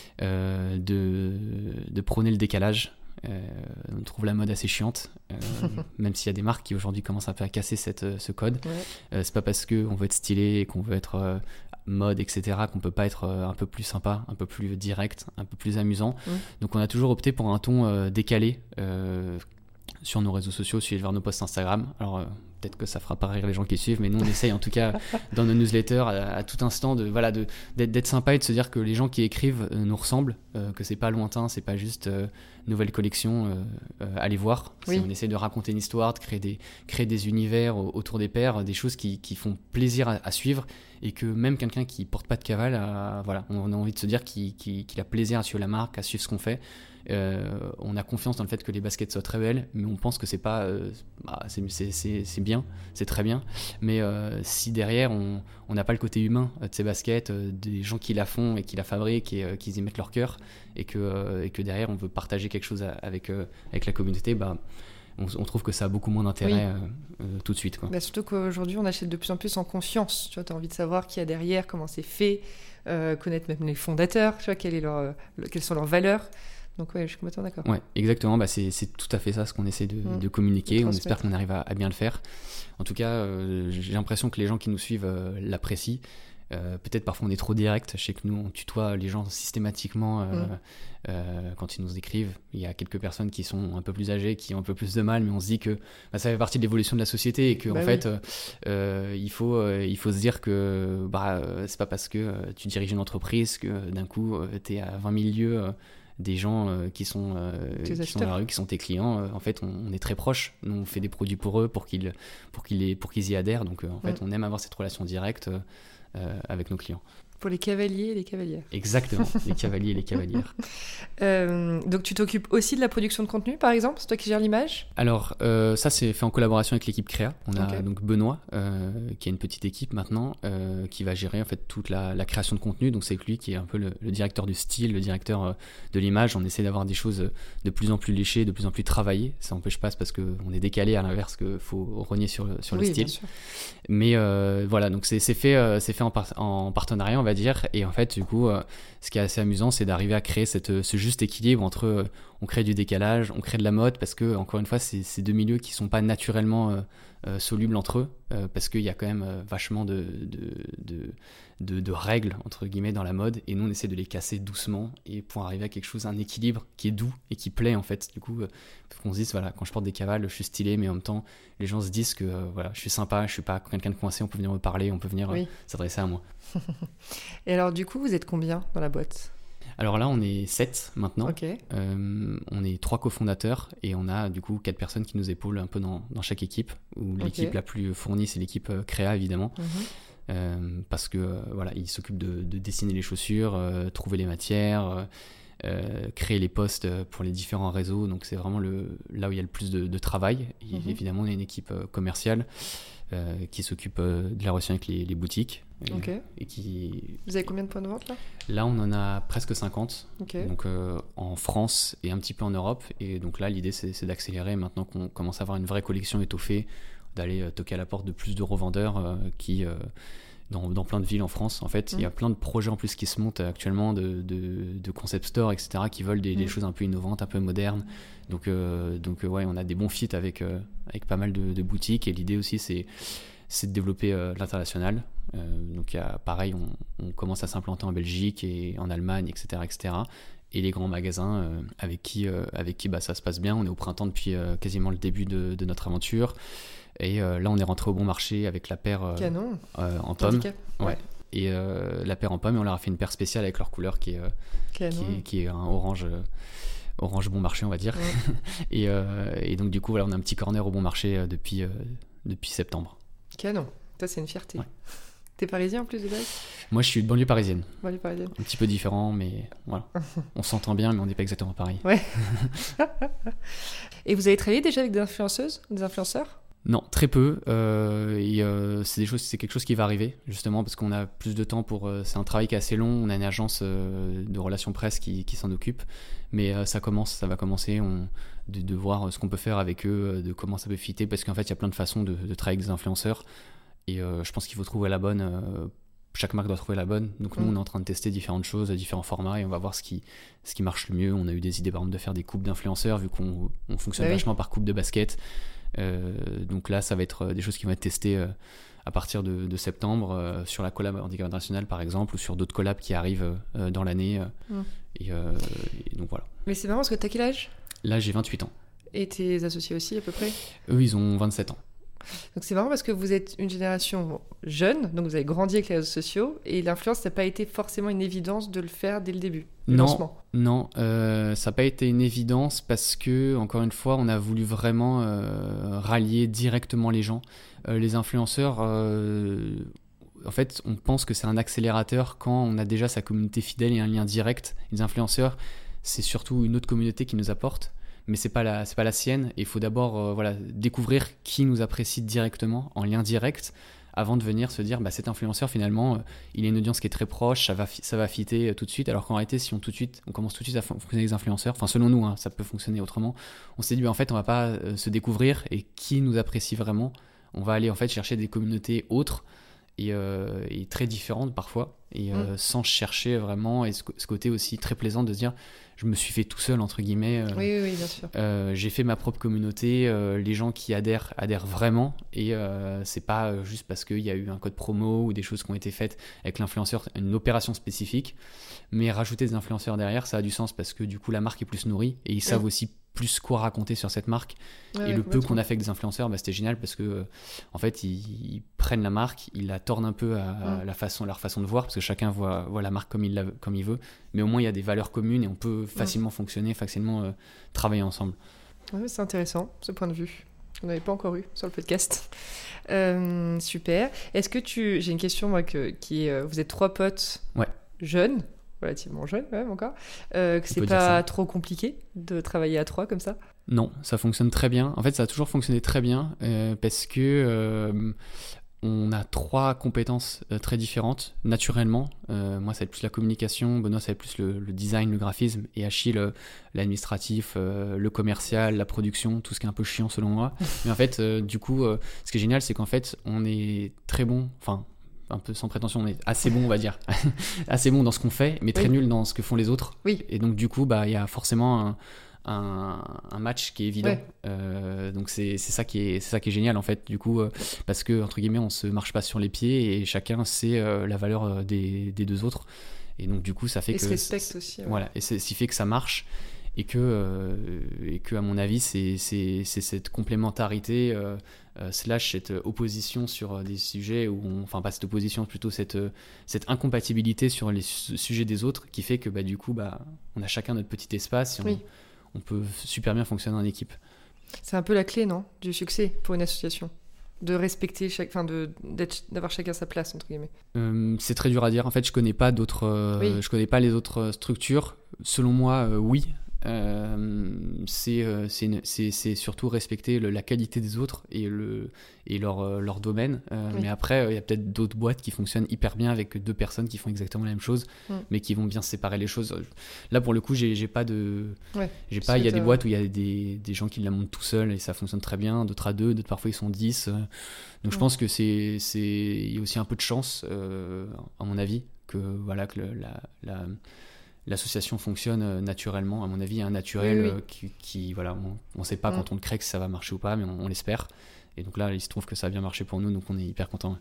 euh, de de prôner le décalage. Euh, on trouve la mode assez chiante, euh, même s'il y a des marques qui aujourd'hui commencent un peu à casser cette, ce code. Ouais. Euh, c'est pas parce que on veut être stylé et qu'on veut être euh, mode, et cetera, qu'on peut pas être euh, un peu plus sympa, un peu plus direct, un peu plus amusant. Mmh. Donc on a toujours opté pour un ton euh, décalé. Euh, sur nos réseaux sociaux, suivez vers nos posts Instagram. Alors euh, peut-être que ça fera pas rire les gens qui suivent, mais nous on essaye en tout cas dans nos newsletters à, à tout instant de voilà de d'être, d'être sympa et de se dire que les gens qui écrivent euh, nous ressemblent, euh, que c'est pas lointain, c'est pas juste euh, nouvelle collection, euh, euh, allez voir. Oui. On essaie de raconter une histoire, de créer des créer des univers autour des paires, des choses qui qui font plaisir à, à suivre, et que même quelqu'un qui porte pas de Caval, a, voilà, on a envie de se dire qu'il, qu'il, qu'il a plaisir à suivre la marque, à suivre ce qu'on fait. Euh, on a confiance dans le fait que les baskets soient très belles, mais on pense que c'est pas euh, bah, c'est, c'est, c'est, c'est bien, c'est très bien, mais euh, si derrière on n'a pas le côté humain de ces baskets, euh, des gens qui la font et qui la fabriquent et euh, qui y mettent leur cœur, et que, euh, et que derrière on veut partager quelque chose avec, euh, avec la communauté, bah, on, on trouve que ça a beaucoup moins d'intérêt oui. euh, euh, tout de suite, quoi. Bah, surtout qu'aujourd'hui on achète de plus en plus en confiance, tu vois, t'as envie de savoir qui y a derrière, comment c'est fait, euh, connaître même les fondateurs, tu vois, quelle est leur, euh, quelles sont leurs valeurs. Donc ouais, je suis complètement d'accord. Ouais, exactement. Bah c'est, c'est tout à fait ça ce qu'on essaie de, mmh. de communiquer. De on espère qu'on arrive à, à bien le faire. En tout cas, euh, j'ai l'impression que les gens qui nous suivent euh, l'apprécient. Euh, peut-être parfois on est trop direct. Je sais que nous on tutoie les gens systématiquement euh, mmh. euh, quand ils nous écrivent. Il y a quelques personnes qui sont un peu plus âgées, qui ont un peu plus de mal, mais on se dit que bah, ça fait partie de l'évolution de la société et que bah en oui. fait euh, euh, il faut euh, il faut se dire que bah c'est pas parce que euh, tu diriges une entreprise que d'un coup euh, t'es à vingt mille lieues. Euh, des gens euh, qui, sont, euh, qui sont dans la rue, qui sont tes clients, euh, en fait on, on est très proches, nous on fait des produits pour eux pour qu'ils, pour qu'ils, pour qu'ils y adhèrent, donc euh, en fait mmh. on aime avoir cette relation directe euh, avec nos clients. Pour les cavaliers et les cavalières. Exactement, les cavaliers et les cavalières. Euh, donc tu t'occupes aussi de la production de contenu, par exemple ? C'est toi qui gères l'image ? Alors euh, ça c'est fait en collaboration avec l'équipe Créa. On a okay. donc Benoît, euh, qui a une petite équipe maintenant, euh, qui va gérer en fait toute la, la création de contenu. Donc c'est lui qui est un peu le, le directeur du style, le directeur euh, de l'image. On essaie d'avoir des choses de plus en plus léchées, de plus en plus travaillées. Ça n'empêche pas, c'est parce qu'on est décalé, à l'inverse qu'il faut rogner sur le, sur oui, le style. Bien sûr. Mais euh, voilà, donc c'est, c'est, fait, euh, c'est fait en, par- en partenariat, on va va dire. Et en fait, du coup, euh, ce qui est assez amusant, c'est d'arriver à créer cette, ce juste équilibre entre euh, on crée du décalage, on crée de la mode, parce que, encore une fois, c'est, c'est deux milieux qui sont pas naturellement euh, euh, solubles entre eux, euh, parce qu'il y a quand même euh, vachement de, de, de, de, de règles, entre guillemets, dans la mode, et nous, on essaie de les casser doucement, et pour arriver à quelque chose, un équilibre qui est doux et qui plaît, en fait. Du coup, euh, qu'on se dise, voilà, quand je porte des cavales, je suis stylé, mais en même temps, les gens se disent que euh, voilà, je suis sympa, je suis pas quelqu'un de coincé, on peut venir me parler, on peut venir oui. euh, s'adresser à moi. Et alors, du coup, vous êtes combien dans la boîte ? Alors là, on est sept maintenant. Okay. Euh, on est trois cofondateurs et on a du coup quatre personnes qui nous épaulent un peu dans, dans chaque équipe. Où l'équipe okay. la plus fournie, c'est l'équipe euh, créa, évidemment. Mm-hmm. Euh, parce que euh, voilà, ils s'occupent de, de dessiner les chaussures, euh, trouver les matières, euh, créer les posts pour les différents réseaux. Donc c'est vraiment le, là où il y a le plus de, de travail. Et mm-hmm. évidemment, on a une équipe euh, commerciale euh, qui s'occupe euh, de la relation avec les, les boutiques. Et, okay. et qui... Vous avez combien de points de vente là ? Là, on en a presque cinquante, okay. donc euh, en France et un petit peu en Europe. Et donc là, l'idée, c'est, c'est d'accélérer maintenant qu'on commence à avoir une vraie collection étoffée, d'aller euh, toquer à la porte de plus de revendeurs euh, qui, euh, dans, dans plein de villes en France, en fait, mmh. il y a plein de projets en plus qui se montent actuellement de, de, de concept stores, et cetera, qui veulent des, mmh. des choses un peu innovantes, un peu modernes. Donc, euh, donc euh, ouais, on a des bons fits avec, euh, avec pas mal de, de boutiques. Et l'idée aussi, c'est c'est de développer euh, l'international. Euh, donc, y a, pareil, on, on commence à s'implanter en Belgique et en Allemagne, et cetera, et cetera. Et les grands magasins euh, avec qui, euh, avec qui bah, ça se passe bien. On est au printemps depuis euh, quasiment le début de, de notre aventure. Et euh, là, on est rentré au bon marché avec la paire euh, Canon. Euh, en pomme. Ouais. ouais. Et euh, la paire en pomme, et on leur a fait une paire spéciale avec leur couleur qui est, euh, qui est, qui est un orange... Euh, orange bon marché, on va dire. Ouais. et, euh, et donc, du coup, voilà, on a un petit corner au bon marché euh, depuis, euh, depuis septembre. Canon. Ça, c'est une fierté. Ouais. T'es parisien en plus de base ? Moi, je suis de banlieue parisienne. Banlieue parisienne. Un petit peu différent, mais voilà. On s'entend bien, mais on n'est pas exactement pareil. Ouais. Et vous avez travaillé déjà avec des influenceuses, des influenceurs ? Non, très peu. Euh, et euh, c'est des choses, c'est quelque chose qui va arriver justement parce qu'on a plus de temps pour. Euh, c'est un travail qui est assez long. On a une agence euh, de relations presse qui, qui s'en occupe, mais euh, ça commence, ça va commencer. On, de, de voir ce qu'on peut faire avec eux, de comment ça peut fitter, parce qu'en fait, il y a plein de façons de, de travailler avec des influenceurs. Et euh, je pense qu'il faut trouver la bonne. Euh, chaque marque doit trouver la bonne. Donc nous, mmh. on est en train de tester différentes choses, différents formats, et on va voir ce qui, ce qui marche le mieux. On a eu des idées, par exemple, de faire des coupes d'influenceurs, vu qu'on on fonctionne bah vachement oui. par coupe de basket. Euh, donc là, ça va être des choses qui vont être testées euh, à partir de, de septembre euh, sur la collab handicap international, par exemple, ou sur d'autres collabs qui arrivent euh, dans l'année. Euh, mmh. et, euh, et donc voilà. Mais c'est marrant parce que t'as quel âge ? Là, j'ai vingt-huit ans. Et tes associés aussi, à peu près ? Eux, ils ont vingt-sept ans. Donc c'est marrant parce que vous êtes une génération jeune, donc vous avez grandi avec les réseaux sociaux, et l'influence, ça n'a pas été forcément une évidence de le faire dès le début, le non, lancement. Non, euh, ça n'a pas été une évidence parce que, encore une fois, on a voulu vraiment euh, rallier directement les gens. Euh, les influenceurs, euh, en fait, on pense que c'est un accélérateur quand on a déjà sa communauté fidèle et un lien direct. Les influenceurs, c'est surtout une autre communauté qui nous apporte. Mais c'est pas la c'est pas la sienne, et il faut d'abord euh, voilà découvrir qui nous apprécie directement en lien direct avant de venir se dire bah cet influenceur finalement euh, il a une audience qui est très proche, ça va ça va fitter euh, tout de suite, alors qu'en réalité si on tout de suite on commence tout de suite à fonctionner avec les influenceurs, enfin selon nous hein, ça peut fonctionner autrement, on s'est dit bah, en fait on va pas euh, se découvrir et qui nous apprécie vraiment, on va aller en fait chercher des communautés autres et, euh, et très différentes parfois et euh, mmh. sans chercher vraiment, et ce, ce côté aussi très plaisant de se dire je me suis fait tout seul entre guillemets. Euh, oui, oui, oui, bien sûr. Euh, j'ai fait ma propre communauté, euh, les gens qui adhèrent adhèrent vraiment, et euh, c'est pas juste parce qu'il y a eu un code promo ou des choses qui ont été faites avec l'influenceur, une opération spécifique, mais rajouter des influenceurs derrière, ça a du sens parce que du coup la marque est plus nourrie et ils savent ouais. aussi plus quoi raconter sur cette marque. Ouais, et le peu qu'on a fait avec des influenceurs, bah, c'était génial parce que euh, en fait ils, ils prennent la marque, ils la tordent un peu à, à la façon, leur façon de voir, parce que chacun voit, voit la marque comme il, la, comme il veut, mais au moins il y a des valeurs communes et on peut facilement ouais. fonctionner, facilement euh, travailler ensemble. Ouais, c'est intéressant ce point de vue. On n'avait pas encore eu sur le podcast. Euh, super. Est-ce que tu... J'ai une question moi que... qui est... Vous êtes trois potes ouais. jeunes, relativement jeunes même encore, euh, que c'est pas trop compliqué de travailler à trois comme ça ? Non, ça fonctionne très bien. En fait, ça a toujours fonctionné très bien euh, parce que euh, on a trois compétences euh, très différentes naturellement. Euh, moi, ça va être plus la communication, Benoît, ça va être plus le, le design, le graphisme, et Achille, euh, l'administratif, euh, le commercial, la production, tout ce qui est un peu chiant selon moi. Mais en fait, euh, du coup, euh, ce qui est génial, c'est qu'en fait, on est très bon, enfin, un peu sans prétention, on est assez bon, on va dire, assez bon dans ce qu'on fait, mais très oui. nul dans ce que font les autres. Oui. Et donc du coup, bah il y a forcément un, un, un match qui est évident. Ouais. Euh, donc c'est, c'est ça qui est, c'est ça qui est génial en fait. Du coup, euh, parce que entre guillemets, on se marche pas sur les pieds et chacun sait euh, la valeur des, des deux autres. Et donc du coup, ça fait et que se respecte aussi. Ouais. Voilà, et c'est ce qui fait que ça marche. Et que, euh, et que, à mon avis, c'est, c'est, c'est cette complémentarité euh, euh, slash cette opposition sur des sujets où on, enfin pas cette opposition, plutôt cette, cette incompatibilité sur les su- sujets des autres qui fait que bah, du coup, bah, on a chacun notre petit espace et on, Oui. on peut super bien fonctionner en équipe. C'est un peu la clé, non, du succès pour une association, de respecter chaque, enfin de d'être, d'avoir chacun sa place entre guillemets. Euh, c'est très dur à dire. En fait, je connais pas d'autres, euh, Oui. je connais pas les autres structures. Selon moi, euh, oui. Euh, c'est, euh, c'est, une- c'est, c'est surtout respecter le- la qualité des autres et, le, et leur, euh, leur domaine. Euh, Oui. Mais après, il euh, y a peut-être d'autres boîtes qui fonctionnent hyper bien avec deux personnes qui font exactement la même chose, Mm. mais qui vont bien séparer les choses. Là, pour le coup, j'ai, j'ai pas de. Ouais. J'ai Parce pas, il y a que des t'as- boîtes où il y a des, des gens qui la montent tout seuls et ça fonctionne très bien, d'autres à deux, d'autres parfois ils sont dix. euh. Donc je Ouais. pense que c'est, c'est, il y a aussi un peu de chance, euh, à mon avis, que voilà que le- la, la, l'association fonctionne euh, naturellement. À mon avis, il y a un naturel Oui, oui. euh, qui, qui, voilà, on ne sait pas Mm. quand on le crée que ça va marcher ou pas, mais on, on l'espère. Et donc là, il se trouve que ça a bien marché pour nous, donc on est hyper contents.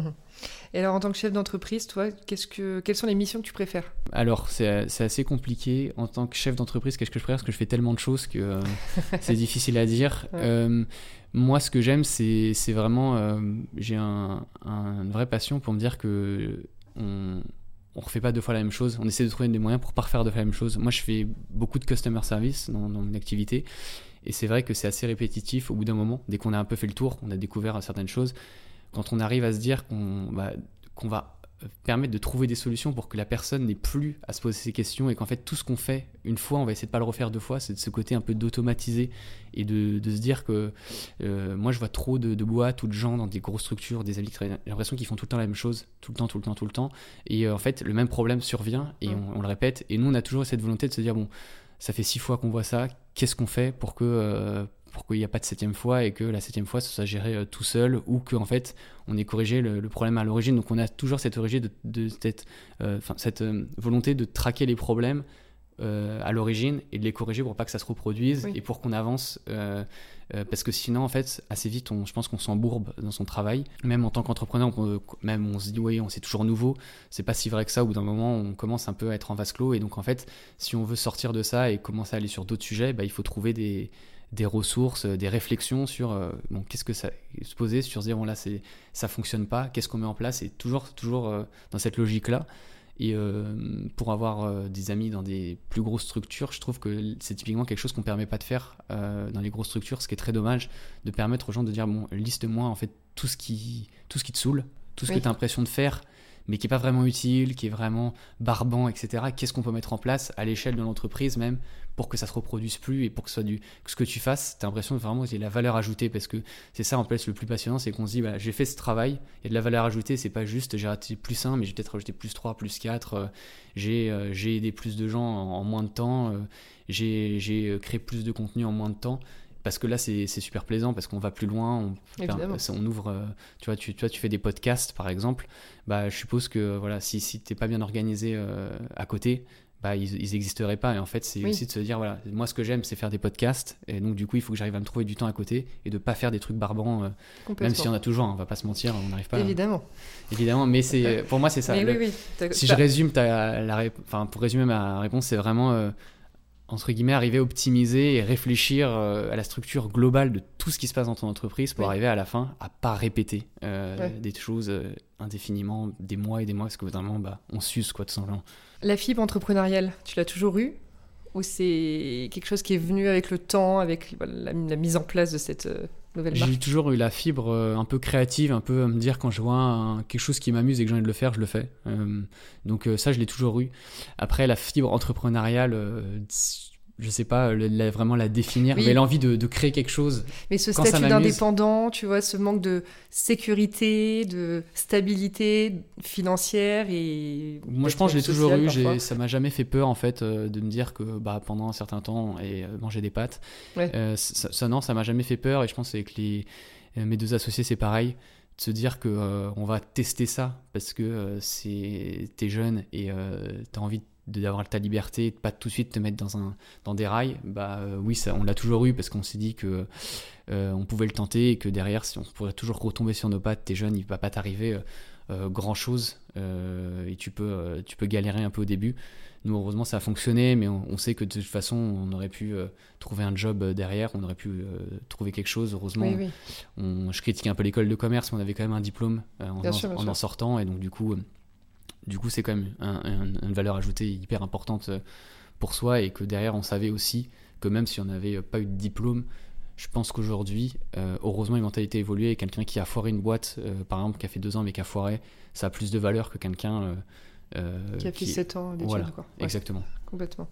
Et alors en tant que chef d'entreprise, toi, qu'est-ce que, quelles sont les missions que tu préfères? Alors, c'est, c'est assez compliqué. En tant que chef d'entreprise, qu'est-ce que je préfère? Parce que je fais tellement de choses que euh, c'est difficile à dire. Ouais. Euh, moi, ce que j'aime, c'est, c'est vraiment... euh, j'ai un, un- une vraie passion pour me dire que on on refait pas deux fois la même chose. On essaie de trouver des moyens pour pas refaire deux fois la même chose. Moi, je fais beaucoup de customer service dans, dans mon activité. Et c'est vrai que c'est assez répétitif au bout d'un moment. Dès qu'on a un peu fait le tour, on a découvert certaines choses. Quand on arrive à se dire qu'on, bah, qu'on va permettre de trouver des solutions pour que la personne n'ait plus à se poser ces questions et qu'en fait tout ce qu'on fait une fois, on va essayer de pas le refaire deux fois, c'est de ce côté un peu d'automatiser et de, de se dire que euh, moi je vois trop de, de boîtes ou de gens dans des grosses structures, des amis qui travaillent, j'ai l'impression qu'ils font tout le temps la même chose, tout le temps, tout le temps, tout le temps et euh, en fait le même problème survient et Mm. on, on le répète et nous on a toujours cette volonté de se dire bon, ça fait six fois qu'on voit ça, qu'est-ce qu'on fait pour que euh, pour qu'il n'y a pas de septième fois et que la septième fois, ça soit géré euh, tout seul ou qu'en fait, on ait corrigé le, le problème à l'origine. Donc, on a toujours cette, origine de, de, cette, euh, cette euh, volonté de traquer les problèmes euh, à l'origine et de les corriger pour pas que ça se reproduise Oui. et pour qu'on avance. Euh, euh, parce que sinon, en fait, assez vite, on, je pense qu'on s'embourbe dans son travail. Même en tant qu'entrepreneur, on, même on se dit, oui, on, c'est toujours nouveau. C'est pas si vrai que ça. Au bout d'un moment, on commence un peu à être en vase clos. Et donc, en fait, si on veut sortir de ça et commencer à aller sur d'autres sujets, bah, il faut trouver des des ressources, des réflexions sur euh, bon, qu'est-ce que ça se poser sur se dire bon là c'est ça fonctionne pas, qu'est-ce qu'on met en place et toujours toujours euh, dans cette logique là et euh, pour avoir euh, des amis dans des plus grosses structures, je trouve que c'est typiquement quelque chose qu'on permet pas de faire euh, dans les grosses structures, ce qui est très dommage, de permettre aux gens de dire bon liste-moi en fait tout ce qui tout ce qui te saoule, tout ce Oui. que tu as l'impression de faire mais qui est pas vraiment utile, qui est vraiment barbant, et cetera. Qu'est-ce qu'on peut mettre en place à l'échelle de l'entreprise même pour que ça se reproduise plus et pour que ce soit du que ce que tu fasses, t'as l'impression de vraiment qu'il y a de la valeur ajoutée parce que c'est ça en plus le plus passionnant, c'est qu'on se dit bah, j'ai fait ce travail, il y a de la valeur ajoutée, c'est pas juste j'ai raté plus un mais j'ai peut-être rajouté plus trois, plus quatre, euh, j'ai, euh, j'ai aidé plus de gens en, en moins de temps, euh, j'ai, j'ai créé plus de contenu en moins de temps. Parce que là, c'est, c'est super plaisant, parce qu'on va plus loin, on, Évidemment. enfin, on ouvre, euh, tu vois, tu, tu vois, tu fais des podcasts, par exemple, bah, je suppose que voilà, si, si tu n'es pas bien organisé euh, à côté, bah, ils n'existeraient pas. Et en fait, c'est Oui. aussi de se dire, voilà, moi, ce que j'aime, c'est faire des podcasts, et donc, du coup, il faut que j'arrive à me trouver du temps à côté, et de ne pas faire des trucs barbants, euh, Complètement. même s'il y en a toujours, hein, on va pas se mentir, on n'arrive pas. Évidemment. À... Évidemment, mais c'est, pour moi, c'est ça. Mais Le- oui, oui. T'as- si t'as- je résume ta, la, rép- enfin, pour résumer ma réponse, c'est vraiment... euh, entre guillemets, arriver à optimiser et réfléchir euh, à la structure globale de tout ce qui se passe dans ton entreprise pour Oui. arriver à la fin à pas répéter euh, Ouais. des choses euh, indéfiniment, des mois et des mois, parce que vraiment, bah, on s'use, quoi, tout simplement. La fibre entrepreneuriale, tu l'as toujours eue ou c'est quelque chose qui est venu avec le temps, avec voilà, la, la mise en place de cette euh, nouvelle J'ai marque? toujours eu la fibre euh, un peu créative, un peu à me dire quand je vois un- quelque chose qui m'amuse et que j'ai envie de le faire, je le fais. Euh, donc euh, ça, je l'ai toujours eu. Après, la fibre entrepreneuriale... euh, je sais pas le- la- vraiment la définir, Oui. mais l'envie de, de créer quelque chose. Mais ce Quand ça statut m'amuse- d'indépendant, tu vois, ce manque de sécurité, de stabilité financière et... Moi, je pense que je l'ai peut-être toujours sociale, eu. J'ai, parfois. ça m'a jamais fait peur, en fait, euh, de me dire que bah, pendant un certain temps, et euh, manger des pâtes. Ouais. Euh, ça, ça, non, ça m'a jamais fait peur. Et je pense qu'avec les, euh, mes deux associés, c'est pareil. se dire que euh, on va tester ça parce que euh, c'est, t'es jeune et euh, t'as envie de, d'avoir ta liberté, de pas tout de suite te mettre dans, un, dans des rails, bah euh, oui, ça, on l'a toujours eu parce qu'on s'est dit que euh, on pouvait le tenter et que derrière, si on pourrait toujours retomber sur nos pattes, t'es jeune, il va pas t'arriver euh, euh, grand chose euh, et tu peux, euh, tu peux galérer un peu au début. Nous, heureusement, ça a fonctionné, mais on, on sait que de toute façon, on aurait pu euh, trouver un job derrière, on aurait pu euh, trouver quelque chose. Heureusement, Oui, oui. On, je critique un peu l'école de commerce, mais on avait quand même un diplôme euh, en, Bien en, sûr, bien en, sûr. en sortant, et donc du coup, euh, du coup, c'est quand même un, un, une valeur ajoutée hyper importante euh, pour soi, et que derrière, on savait aussi que même si on n'avait pas eu de diplôme, je pense qu'aujourd'hui, euh, heureusement, les mentalités évoluent, et quelqu'un qui a foiré une boîte, euh, par exemple, qui a fait deux ans mais qui a foiré, ça a plus de valeur que quelqu'un euh, euh, Qui a fait sept ans d'études, voilà, quoi. Ouais, exactement. complètement.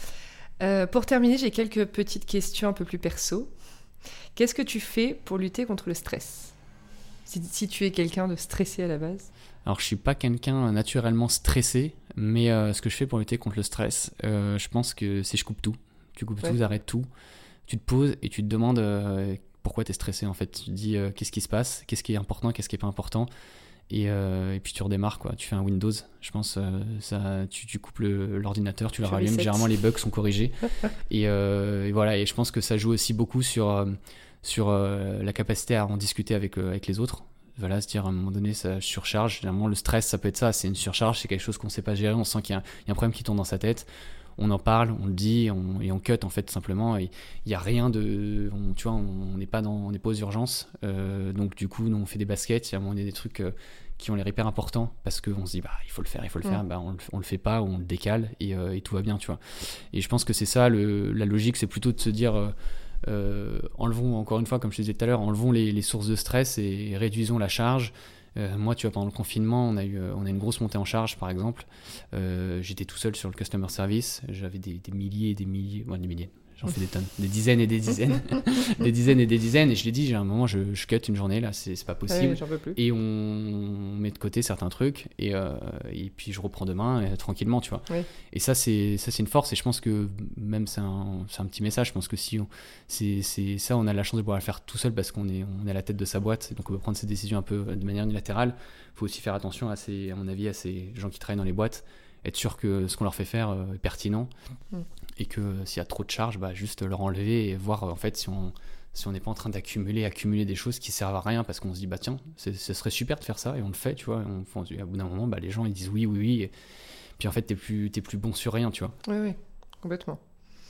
Euh, pour terminer, j'ai quelques petites questions un peu plus perso. Qu'est-ce que tu fais pour lutter contre le stress ? si, si tu es quelqu'un de stressé à la base. Alors, je suis pas quelqu'un naturellement stressé, mais euh, ce que je fais pour lutter contre le stress, euh, je pense que c'est je coupe tout. Tu coupes Ouais. tout, t'arrêtes tout. Tu te poses et tu te demandes euh, pourquoi tu es stressé en fait. Tu te dis euh, qu'est-ce qui se passe, qu'est-ce qui est important, qu'est-ce qui est pas important. Et, euh, et puis tu redémarres, quoi. Tu fais un Windows, je pense. Euh, ça, tu, tu coupes le, l'ordinateur, tu le Tu rallumes. resets. Généralement, les bugs sont corrigés. et, euh, et voilà. Et je pense que ça joue aussi beaucoup sur, euh, sur euh, la capacité à en discuter avec, euh, avec les autres. Voilà, se dire à un moment donné, ça surcharge. Généralement, le stress, ça peut être ça. C'est une surcharge, c'est quelque chose qu'on ne sait pas gérer. On sent qu'il y a, il y a un problème qui tourne dans sa tête. On en parle, on le dit, on, et on cut en fait tout simplement. Et il n'y a rien de, on, tu vois, on n'est pas dans, on n'est pas aux urgences. Euh, donc du coup, nous on fait des baskets. Il y a un moment donné des trucs euh, qui ont l'air hyper importants parce qu'on se dit bah il faut le faire, il faut le faire. Mm. Bah on, on le fait pas, ou on le décale et, euh, et tout va bien, tu vois. Et je pense que c'est ça le, la logique, c'est plutôt de se dire euh, euh, enlevons encore une fois, comme je te disais tout à l'heure, enlevons les, les sources de stress et réduisons la charge. Euh, moi, tu vois, pendant le confinement, on a eu, on a une grosse montée en charge, par exemple. Euh, j'étais tout seul sur le customer service. J'avais des, des milliers et des milliers, ouais, des milliers. J'en fais des tonnes, des dizaines et des dizaines, des dizaines et des dizaines. Et je l'ai dit, j'ai un moment, je, je cut une journée là, c'est, c'est pas possible. Ouais, j'en peux plus. Et on met de côté certains trucs, et, euh, et puis je reprends demain et, tranquillement, tu vois. Ouais. Et ça, c'est ça, c'est une force. Et je pense que même c'est un, c'est un petit message. Je pense que si on, c'est, c'est ça, on a la chance de pouvoir le faire tout seul parce qu'on est, on est à la tête de sa boîte, donc on peut prendre ses décisions un peu de manière unilatérale. Il faut aussi faire attention à ces, à mon avis, à ces gens qui travaillent dans les boîtes. Être sûr que ce qu'on leur fait faire euh, est pertinent, mm. et que euh, s'il y a trop de charges, bah, juste leur enlever et voir euh, en fait si on si on n'est pas en train d'accumuler accumuler des choses qui servent à rien parce qu'on se dit bah tiens c'est, ce serait super de faire ça et on le fait, tu vois. On, on, à bout d'un moment, bah, les gens ils disent oui oui oui et puis en fait t'es plus t'es plus bon sur rien, tu vois. Oui oui, complètement.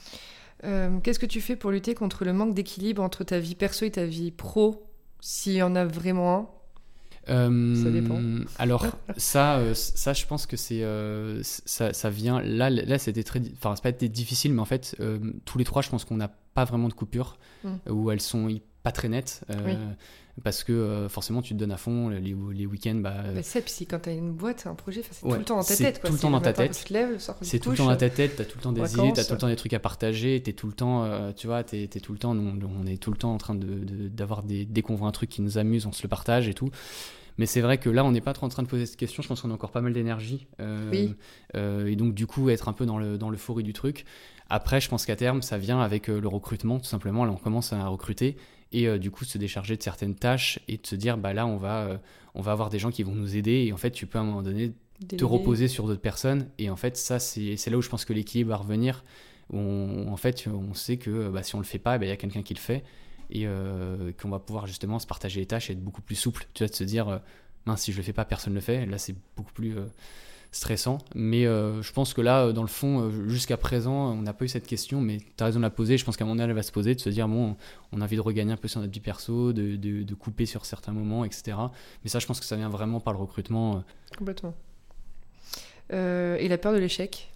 Euh, qu'est-ce que tu fais pour lutter contre le manque d'équilibre entre ta vie perso et ta vie pro, s'il y en a vraiment un? Euh, ça dépend. Alors ça, euh, ça, je pense que c'est euh, ça, ça vient. Là, là, c'était très, enfin, c'est pas été difficile, mais en fait, euh, tous les trois, je pense qu'on n'a pas vraiment de coupure, mm. où elles sont pas très nettes, euh, oui. parce que euh, forcément, tu te donnes à fond les, les week-ends. Bah, bah c'est puis quand t'as une boîte, un projet, c'est ouais, tout le temps dans ta c'est tête, quoi. Tout le temps dans ta tête. Tu te lèves, le soir, c'est tout le temps dans ta tête. T'as tout le temps des idées, t'as tout le temps des trucs à partager. T'es tout le temps, euh, tu vois, t'es, t'es tout le temps. On, on est tout le temps en train de, de d'avoir des, dès qu'on voit un truc qui nous amuse, on se le partage et tout. Mais c'est vrai que là, on n'est pas trop en train de poser cette question. Je pense qu'on a encore pas mal d'énergie. Euh, oui. euh, et donc, du coup, être un peu dans, le, dans l'euphorie du truc. Après, je pense qu'à terme, ça vient avec euh, le recrutement, tout simplement. Là, on commence à recruter. Et euh, du coup, se décharger de certaines tâches et de se dire, bah là, on va, euh, on va avoir des gens qui vont nous aider. Et en fait, tu peux à un moment donné Déléguer. te reposer sur d'autres personnes. Et en fait, ça, c'est, c'est là où je pense que l'équilibre va revenir. Où on, en fait, on sait que bah, si on le fait pas, il bah, y a quelqu'un qui le fait. Et euh, qu'on va pouvoir justement se partager les tâches et être beaucoup plus souple, tu vois, de se dire euh, mince, si je le fais pas, personne le fait. Là, c'est beaucoup plus euh, stressant, mais euh, je pense que là, dans le fond, euh, jusqu'à présent, on n'a pas eu cette question, mais tu as raison de la poser. Je pense qu'à un moment donné, elle va se poser, de se dire bon, on a envie de regagner un peu sur notre vie perso, de, de, de couper sur certains moments, et cetera. Mais ça, je pense que ça vient vraiment par le recrutement. euh. Complètement. Euh, et la peur de l'échec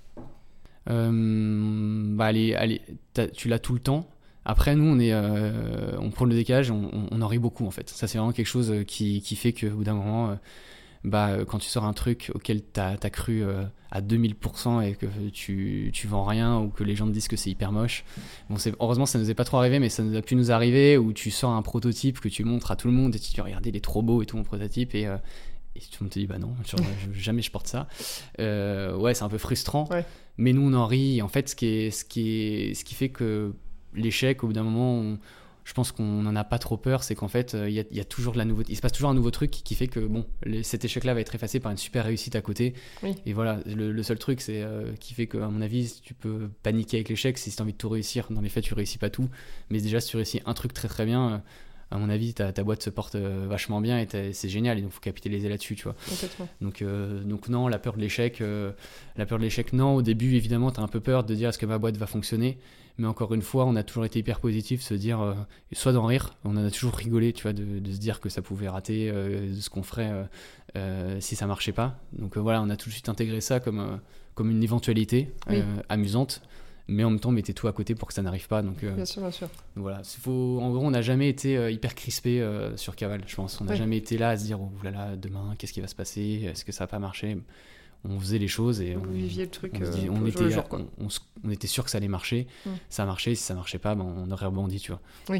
euh, bah, allez, allez, tu l'as tout le temps. Après, nous, on, est, euh, on prend le décalage, on, on, on en rit beaucoup, en fait. Ça, c'est vraiment quelque chose qui, qui fait qu'au bout d'un moment, euh, bah, quand tu sors un truc auquel tu as cru euh, à deux mille pour cent et que tu, tu vends rien ou que les gens te disent que c'est hyper moche, bon, c'est, heureusement, ça ne nous est pas trop arrivé, mais ça nous a pu nous arriver, où tu sors un prototype que tu montres à tout le monde et tu dis, regardez, il est trop beau et tout, mon prototype, et, euh, et tout le monde te dit, bah non, genre, jamais je porte ça. Euh, ouais, c'est un peu frustrant, ouais. Mais nous, on en rit. En fait, ce qui, est, ce, qui est, ce qui fait que l'échec, au bout d'un moment, on, je pense qu'on n'en a pas trop peur, c'est qu'en fait, il euh, y, a, y a toujours de la nouveauté. Il se passe toujours un nouveau truc qui fait que bon, les, cet échec-là va être effacé par une super réussite à côté. Oui. Et voilà, le, le seul truc, c'est euh, qui fait qu'à mon avis, tu peux paniquer avec l'échec, c'est si tu as envie de tout réussir. Dans les faits, tu réussis pas tout. Mais déjà, si tu réussis un truc très très bien, euh, à mon avis, ta, ta boîte se porte euh, vachement bien et c'est génial. Et donc, il faut capitaliser là-dessus, tu vois. Complètement. Donc, euh, donc non, la peur de l'échec, euh, la peur de l'échec, non. Au début, évidemment, tu as un peu peur de dire est-ce que ma boîte va fonctionner. Mais encore une fois, on a toujours été hyper positif, se dire, euh, soit d'en rire, on en a toujours rigolé, tu vois, de, de se dire que ça pouvait rater, euh, de ce qu'on ferait euh, euh, si ça marchait pas. Donc euh, voilà, on a tout de suite intégré ça comme, euh, comme une éventualité euh, oui. amusante, mais en même temps, on mettait tout à côté pour que ça n'arrive pas. Donc, euh, bien sûr, bien sûr. Donc voilà, faut, en gros, on n'a jamais été euh, hyper crispé euh, sur Caval, je pense. On n'a oui. jamais été là à se dire, oh là là, demain, qu'est-ce qui va se passer? Est-ce que ça va pas marcher? On faisait les choses et vous on, viviez le truc on, dit, euh, on, était, jour, on, on, on était sûr que ça allait marcher. Mm. Ça marchait, si ça marchait pas, ben on aurait rebondi, tu vois. Oui.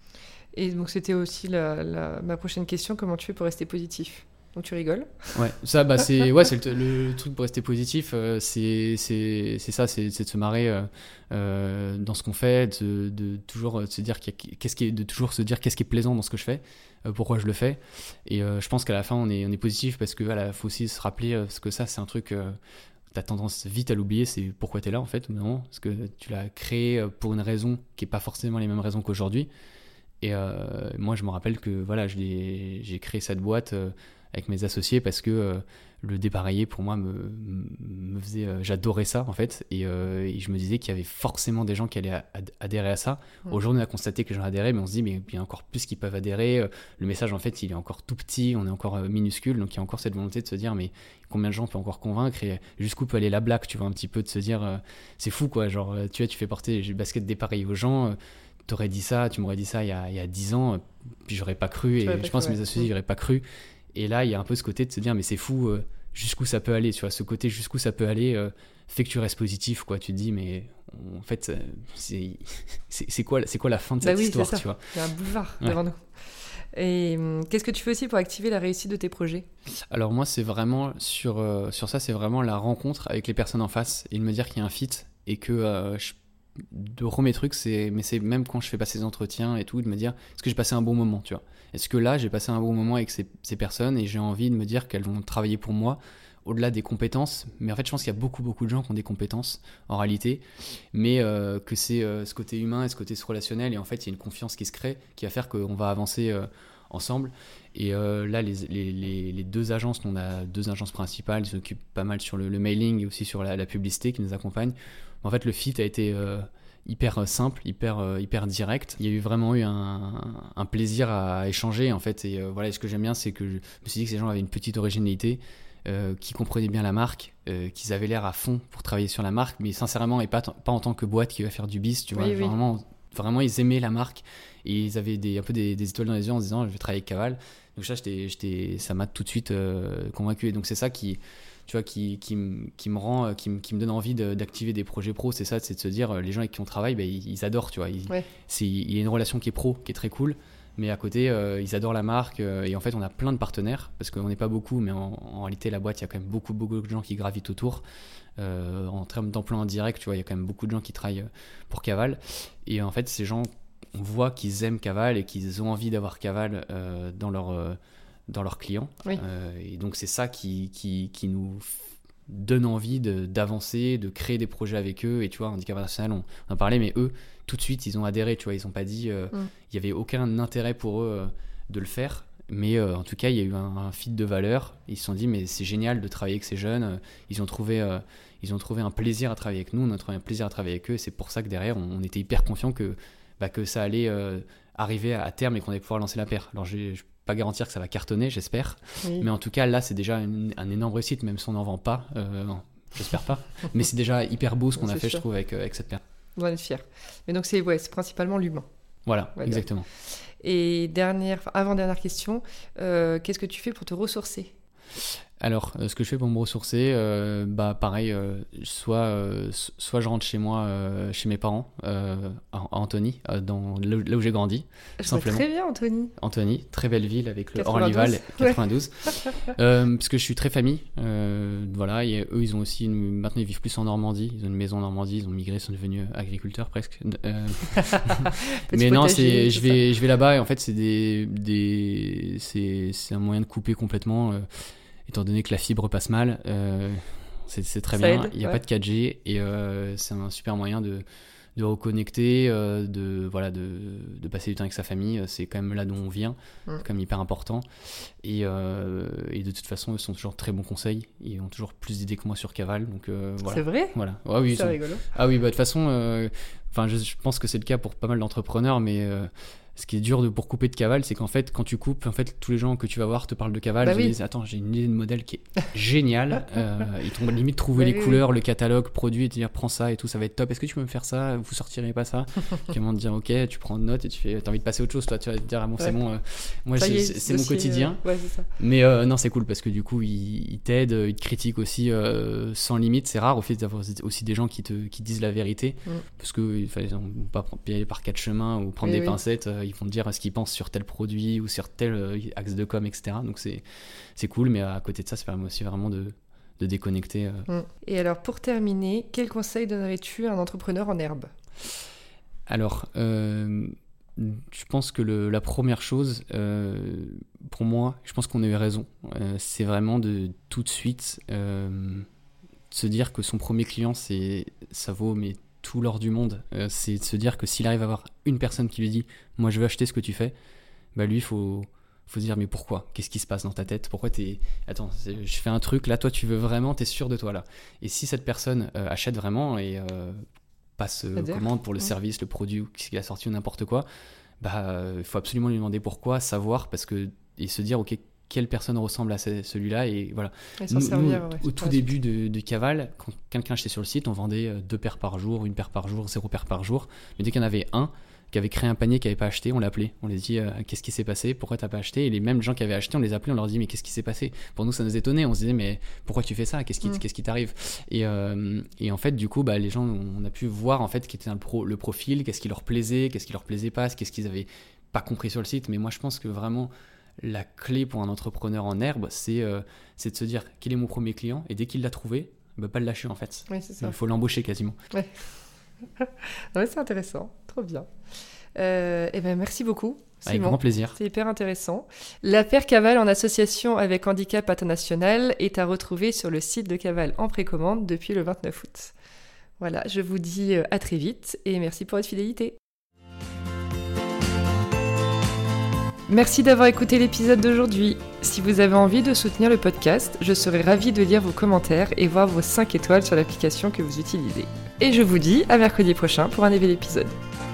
Et donc c'était aussi la, la, ma prochaine question, comment tu fais pour rester positif? Donc tu rigoles? Ouais, ça, bah, c'est ouais, le, le, le truc pour rester positif, euh, c'est ça, c'est de se marrer euh, euh, dans ce qu'on fait, de, de toujours se dire qu'est-ce qui est, de toujours se dire qu'est-ce qui est plaisant dans ce que je fais, euh, pourquoi je le fais. Et euh, je pense qu'à la fin, on est, on est positif parce que voilà, faut aussi se rappeler euh, parce que ça, c'est un truc. Euh, T'as tendance vite à l'oublier, c'est pourquoi t'es là en fait, non? Parce que tu l'as créé pour une raison qui est pas forcément les mêmes raisons qu'aujourd'hui. Et euh, moi, je me rappelle que voilà, j'ai créé cette boîte euh, avec mes associés parce que euh, le dépareiller pour moi me, me faisait, euh, j'adorais ça en fait, et, euh, et je me disais qu'il y avait forcément des gens qui allaient ad adhérer à ça. Mmh. Aujourd'hui, on a constaté que les gens adhéraient, mais on se dit mais il y a encore plus qui peuvent adhérer. Le message en fait, il est encore tout petit, on est encore euh, minuscule, donc il y a encore cette volonté de se dire mais combien de gens on peut encore convaincre et jusqu'où peut aller la blague, tu vois, un petit peu de se dire euh, c'est fou quoi, genre euh, tu vois, tu fais porter le basket dépareillé aux gens. Euh, T'aurais dit ça, tu m'aurais dit ça il y a, il y a dix ans, puis j'aurais pas cru, et je pense que ouais. mes associés n'auraient pas cru. Et là, il y a un peu ce côté de se dire, mais c'est fou, euh, jusqu'où ça peut aller, tu vois, ce côté jusqu'où ça peut aller euh, fait que tu restes positif, quoi. Tu te dis, mais en fait, c'est quoi, quoi la fin de cette bah oui, histoire, ça. Tu vois. Il y a un boulevard ouais. devant nous. Et qu'est-ce que tu fais aussi pour activer la réussite de tes projets? Alors moi, c'est vraiment, sur, euh, sur ça, c'est vraiment la rencontre avec les personnes en face, et de me dire qu'il y a un fit, et que euh, je de remettre mes trucs, c'est mais c'est même quand je fais passer des entretiens et tout, de me dire est-ce que j'ai passé un bon moment, tu vois, est-ce que là j'ai passé un bon moment avec ces, ces personnes et j'ai envie de me dire qu'elles vont travailler pour moi au-delà des compétences. Mais en fait je pense qu'il y a beaucoup beaucoup de gens qui ont des compétences en réalité, mais euh, que c'est euh, ce côté humain et ce côté relationnel, et en fait il y a une confiance qui se crée qui va faire qu'on va avancer euh, ensemble. Et euh, là les, les, les, les deux agences, on a deux agences principales, ils s'occupent pas mal sur le, le mailing et aussi sur la, la publicité qui nous accompagne. En fait, le fit a été euh, hyper simple, hyper, euh, hyper direct. Il y a eu vraiment eu un, un plaisir à échanger, en fait. Et euh, voilà, ce que j'aime bien, c'est que je me suis dit que ces gens avaient une petite originalité, euh, qui comprenaient bien la marque, euh, qu'ils avaient l'air à fond pour travailler sur la marque, mais sincèrement, et pas, pas en tant que boîte qui va faire du bis, tu vois. Oui, oui. Vraiment, vraiment, ils aimaient la marque et ils avaient des, un peu des, des étoiles dans les yeux en se disant, je vais travailler avec Caval. Donc ça, j'étais, j'étais, ça m'a tout de suite euh, convaincu. Et donc c'est ça qui... tu vois, qui, qui, qui me rend, qui me, qui me donne envie d'activer des projets pro, c'est ça, c'est de se dire, les gens avec qui on travaille, bah, ils, ils adorent, tu vois, ils, ouais. il y a une relation qui est pro, qui est très cool, mais à côté, euh, ils adorent la marque, euh, et en fait, on a plein de partenaires, parce qu'on n'est pas beaucoup, mais en, en réalité, la boîte, il y a quand même beaucoup, beaucoup de gens qui gravitent autour, euh, en termes d'emploi indirect, tu vois, il y a quand même beaucoup de gens qui travaillent pour Caval, et en fait, ces gens, on voit qu'ils aiment Caval, et qu'ils ont envie d'avoir Caval euh, dans leur... Euh, dans leurs clients, oui. euh, et donc c'est ça qui, qui, qui nous donne envie d'avancer, de, de créer des projets avec eux. Et tu vois, Handicap International, on, on en parlait, mais eux, tout de suite, ils ont adhéré, tu vois, ils n'ont pas dit, euh, il mm. n'y avait aucun intérêt pour eux euh, de le faire, mais euh, en tout cas, il y a eu un, un fit de valeur. Ils se sont dit, mais c'est génial de travailler avec ces jeunes, ils ont trouvé, euh, ils ont trouvé un plaisir à travailler avec nous, on a trouvé un plaisir à travailler avec eux, et c'est pour ça que derrière, on, on était hyper confiants que, bah, que ça allait euh, arriver à, à terme et qu'on allait pouvoir lancer la paire. Alors, je pas garantir que ça va cartonner, j'espère, oui. mais en tout cas là c'est déjà une, un énorme réussite, même si on n'en vend pas, euh, non, j'espère pas, mais c'est déjà hyper beau ce qu'on a fait, sûr. Je trouve, avec, euh, avec cette paire. On doit être fiers. Mais donc c'est ouais, principalement l'humain. Voilà, exactement. Et dernière, avant dernière question, euh, qu'est-ce que tu fais pour te ressourcer ? Alors, euh, ce que je fais pour me ressourcer, euh, bah pareil, euh, soit, euh, so- soit je rentre chez moi, euh, chez mes parents, euh, à, à Antony, euh, dans, là, où là où j'ai grandi, Je vois simplement. très bien, Anthony. Antony, très belle ville avec le quatre-vingt-douze. Orlyval, Ouais. quatre-vingt-douze. Euh, parce que je suis très famille, euh, voilà, et eux ils ont aussi, une, maintenant ils vivent plus en Normandie, ils ont une maison en Normandie, ils ont migré, ils sont devenus agriculteurs presque. Euh, Petit mais non, potager, c'est, tout je ça. vais, je vais là-bas et en fait c'est des, des, c'est, c'est un moyen de couper complètement, euh, étant donné que la fibre passe mal. Euh, c'est, c'est très Ça bien. aide, Il n'y a ouais. pas de quatre G et euh, c'est un super moyen de, de reconnecter, euh, de, voilà, de, de passer du temps avec sa famille. C'est quand même là d'où on vient, Mm. c'est quand même hyper important. Et, euh, et de toute façon, ils sont toujours très bons conseils. Ils ont toujours plus d'idées que moi sur Caval. Donc euh, voilà. C'est vrai. Voilà. Ouais, oui, ils C'est sont- rigolo. Ah oui, bah de toute façon, euh, enfin, je, je pense que c'est le cas pour pas mal d'entrepreneurs, mais euh, ce qui est dur de, pour couper de Caval, c'est qu'en fait, quand tu coupes, en fait, tous les gens que tu vas voir te parlent de Caval, Bah ils oui. disent attends, j'ai une idée de modèle qui est géniale. Euh, ils t'ont limite trouvé Bah les oui, couleurs, le catalogue, produit, et te dire prends ça et tout, ça va être top. Est-ce que tu peux me faire ça? Vous sortirez pas ça? Comment te dire ok, tu prends note et tu fais, t'as envie de passer à autre chose, toi, tu vas te dire ah bon, c'est Ouais. bon, euh, moi Ça y c'est, est, c'est- c'est mon dossier, quotidien. euh, Ouais, c'est ça. Mais euh, non, c'est cool parce que du coup, ils, ils t'aident, ils te critiquent aussi euh, sans limite. C'est rare au fait d'avoir aussi des gens qui te qui disent la vérité Mm. parce que enfin, ils vont pas prendre- y aller par quatre chemins ou prendre Oui, des oui. pincettes. euh, ils vont te dire ce qu'ils pensent sur tel produit ou sur tel euh, axe de com, et cetera. Donc c'est c'est cool, mais à côté de ça, ça permet aussi vraiment de de déconnecter. euh. Mm. Et alors, pour terminer, quel conseil donnerais-tu à un entrepreneur en herbe? Alors, euh, je pense que le- la première chose, euh, pour moi, je pense qu'on a eu raison. Euh, c'est vraiment de tout de suite euh, se dire que son premier client, c'est, ça vaut mais tout l'or du monde. Euh, c'est de se dire que s'il arrive à avoir une personne qui lui dit « moi je veux acheter ce que tu fais », bah lui, il faut, faut se dire « mais pourquoi ? Qu'est-ce qui se passe dans ta tête ? Pourquoi t'es... Attends, c'est- je fais un truc, là toi tu veux vraiment, t'es sûr de toi là ». Et si cette personne euh, achète vraiment et euh, passe euh, C'est-à-dire commande pour le Ouais. service, le produit ou ce qu'il a sorti ou n'importe quoi, bah il faut absolument lui demander pourquoi, savoir, parce que et se dire ok, quelle personne ressemble à ce- celui-là et voilà. Et s'en Nous, servir, nous, ouais, au tout par la début de, de Caval, quand quelqu'un achetait sur le site, on vendait euh, deux paires par jour, une paire par jour, zéro paire par jour. Mais dès qu'il y en avait un qui avait créé un panier qui n'avait pas acheté, on l'appelait. On les dit euh, qu'est-ce qui s'est passé, pourquoi t'as pas acheté? Et les mêmes gens qui avaient acheté, on les appelait, on leur dit mais qu'est-ce qui s'est passé? Pour nous, ça nous étonnait. On se disait mais pourquoi tu fais ça? Qu'est-ce qui, Mm. qu'est-ce qui t'arrive? Et, euh, et en fait, du coup, bah, les gens, on a pu voir en fait qui était dans le, pro, le profil, qu'est-ce qui leur plaisait, qu'est-ce qui leur plaisait pas, qu'est-ce qu'ils avaient pas compris sur le site. Mais moi, je pense que vraiment la clé pour un entrepreneur en herbe, c'est euh, c'est de se dire quel est mon premier client et dès qu'il l'a trouvé, bah, pas le lâcher en fait. Ouais, c'est ça. Il faut l'embaucher quasiment. Ouais, c'est intéressant. Trop bien. Euh, et ben, merci beaucoup, Avec Simon. grand plaisir. C'est hyper intéressant. La paire Caval en association avec Handicap International est à retrouver sur le site de Caval en précommande depuis le vingt-neuf août. Voilà, je vous dis euh, à très vite et merci pour votre fidélité. Merci d'avoir écouté l'épisode d'aujourd'hui. Si vous avez envie de soutenir le podcast, je serai ravie de lire vos commentaires et voir vos cinq étoiles sur l'application que vous utilisez. Et je vous dis à mercredi prochain pour un nouvel épisode.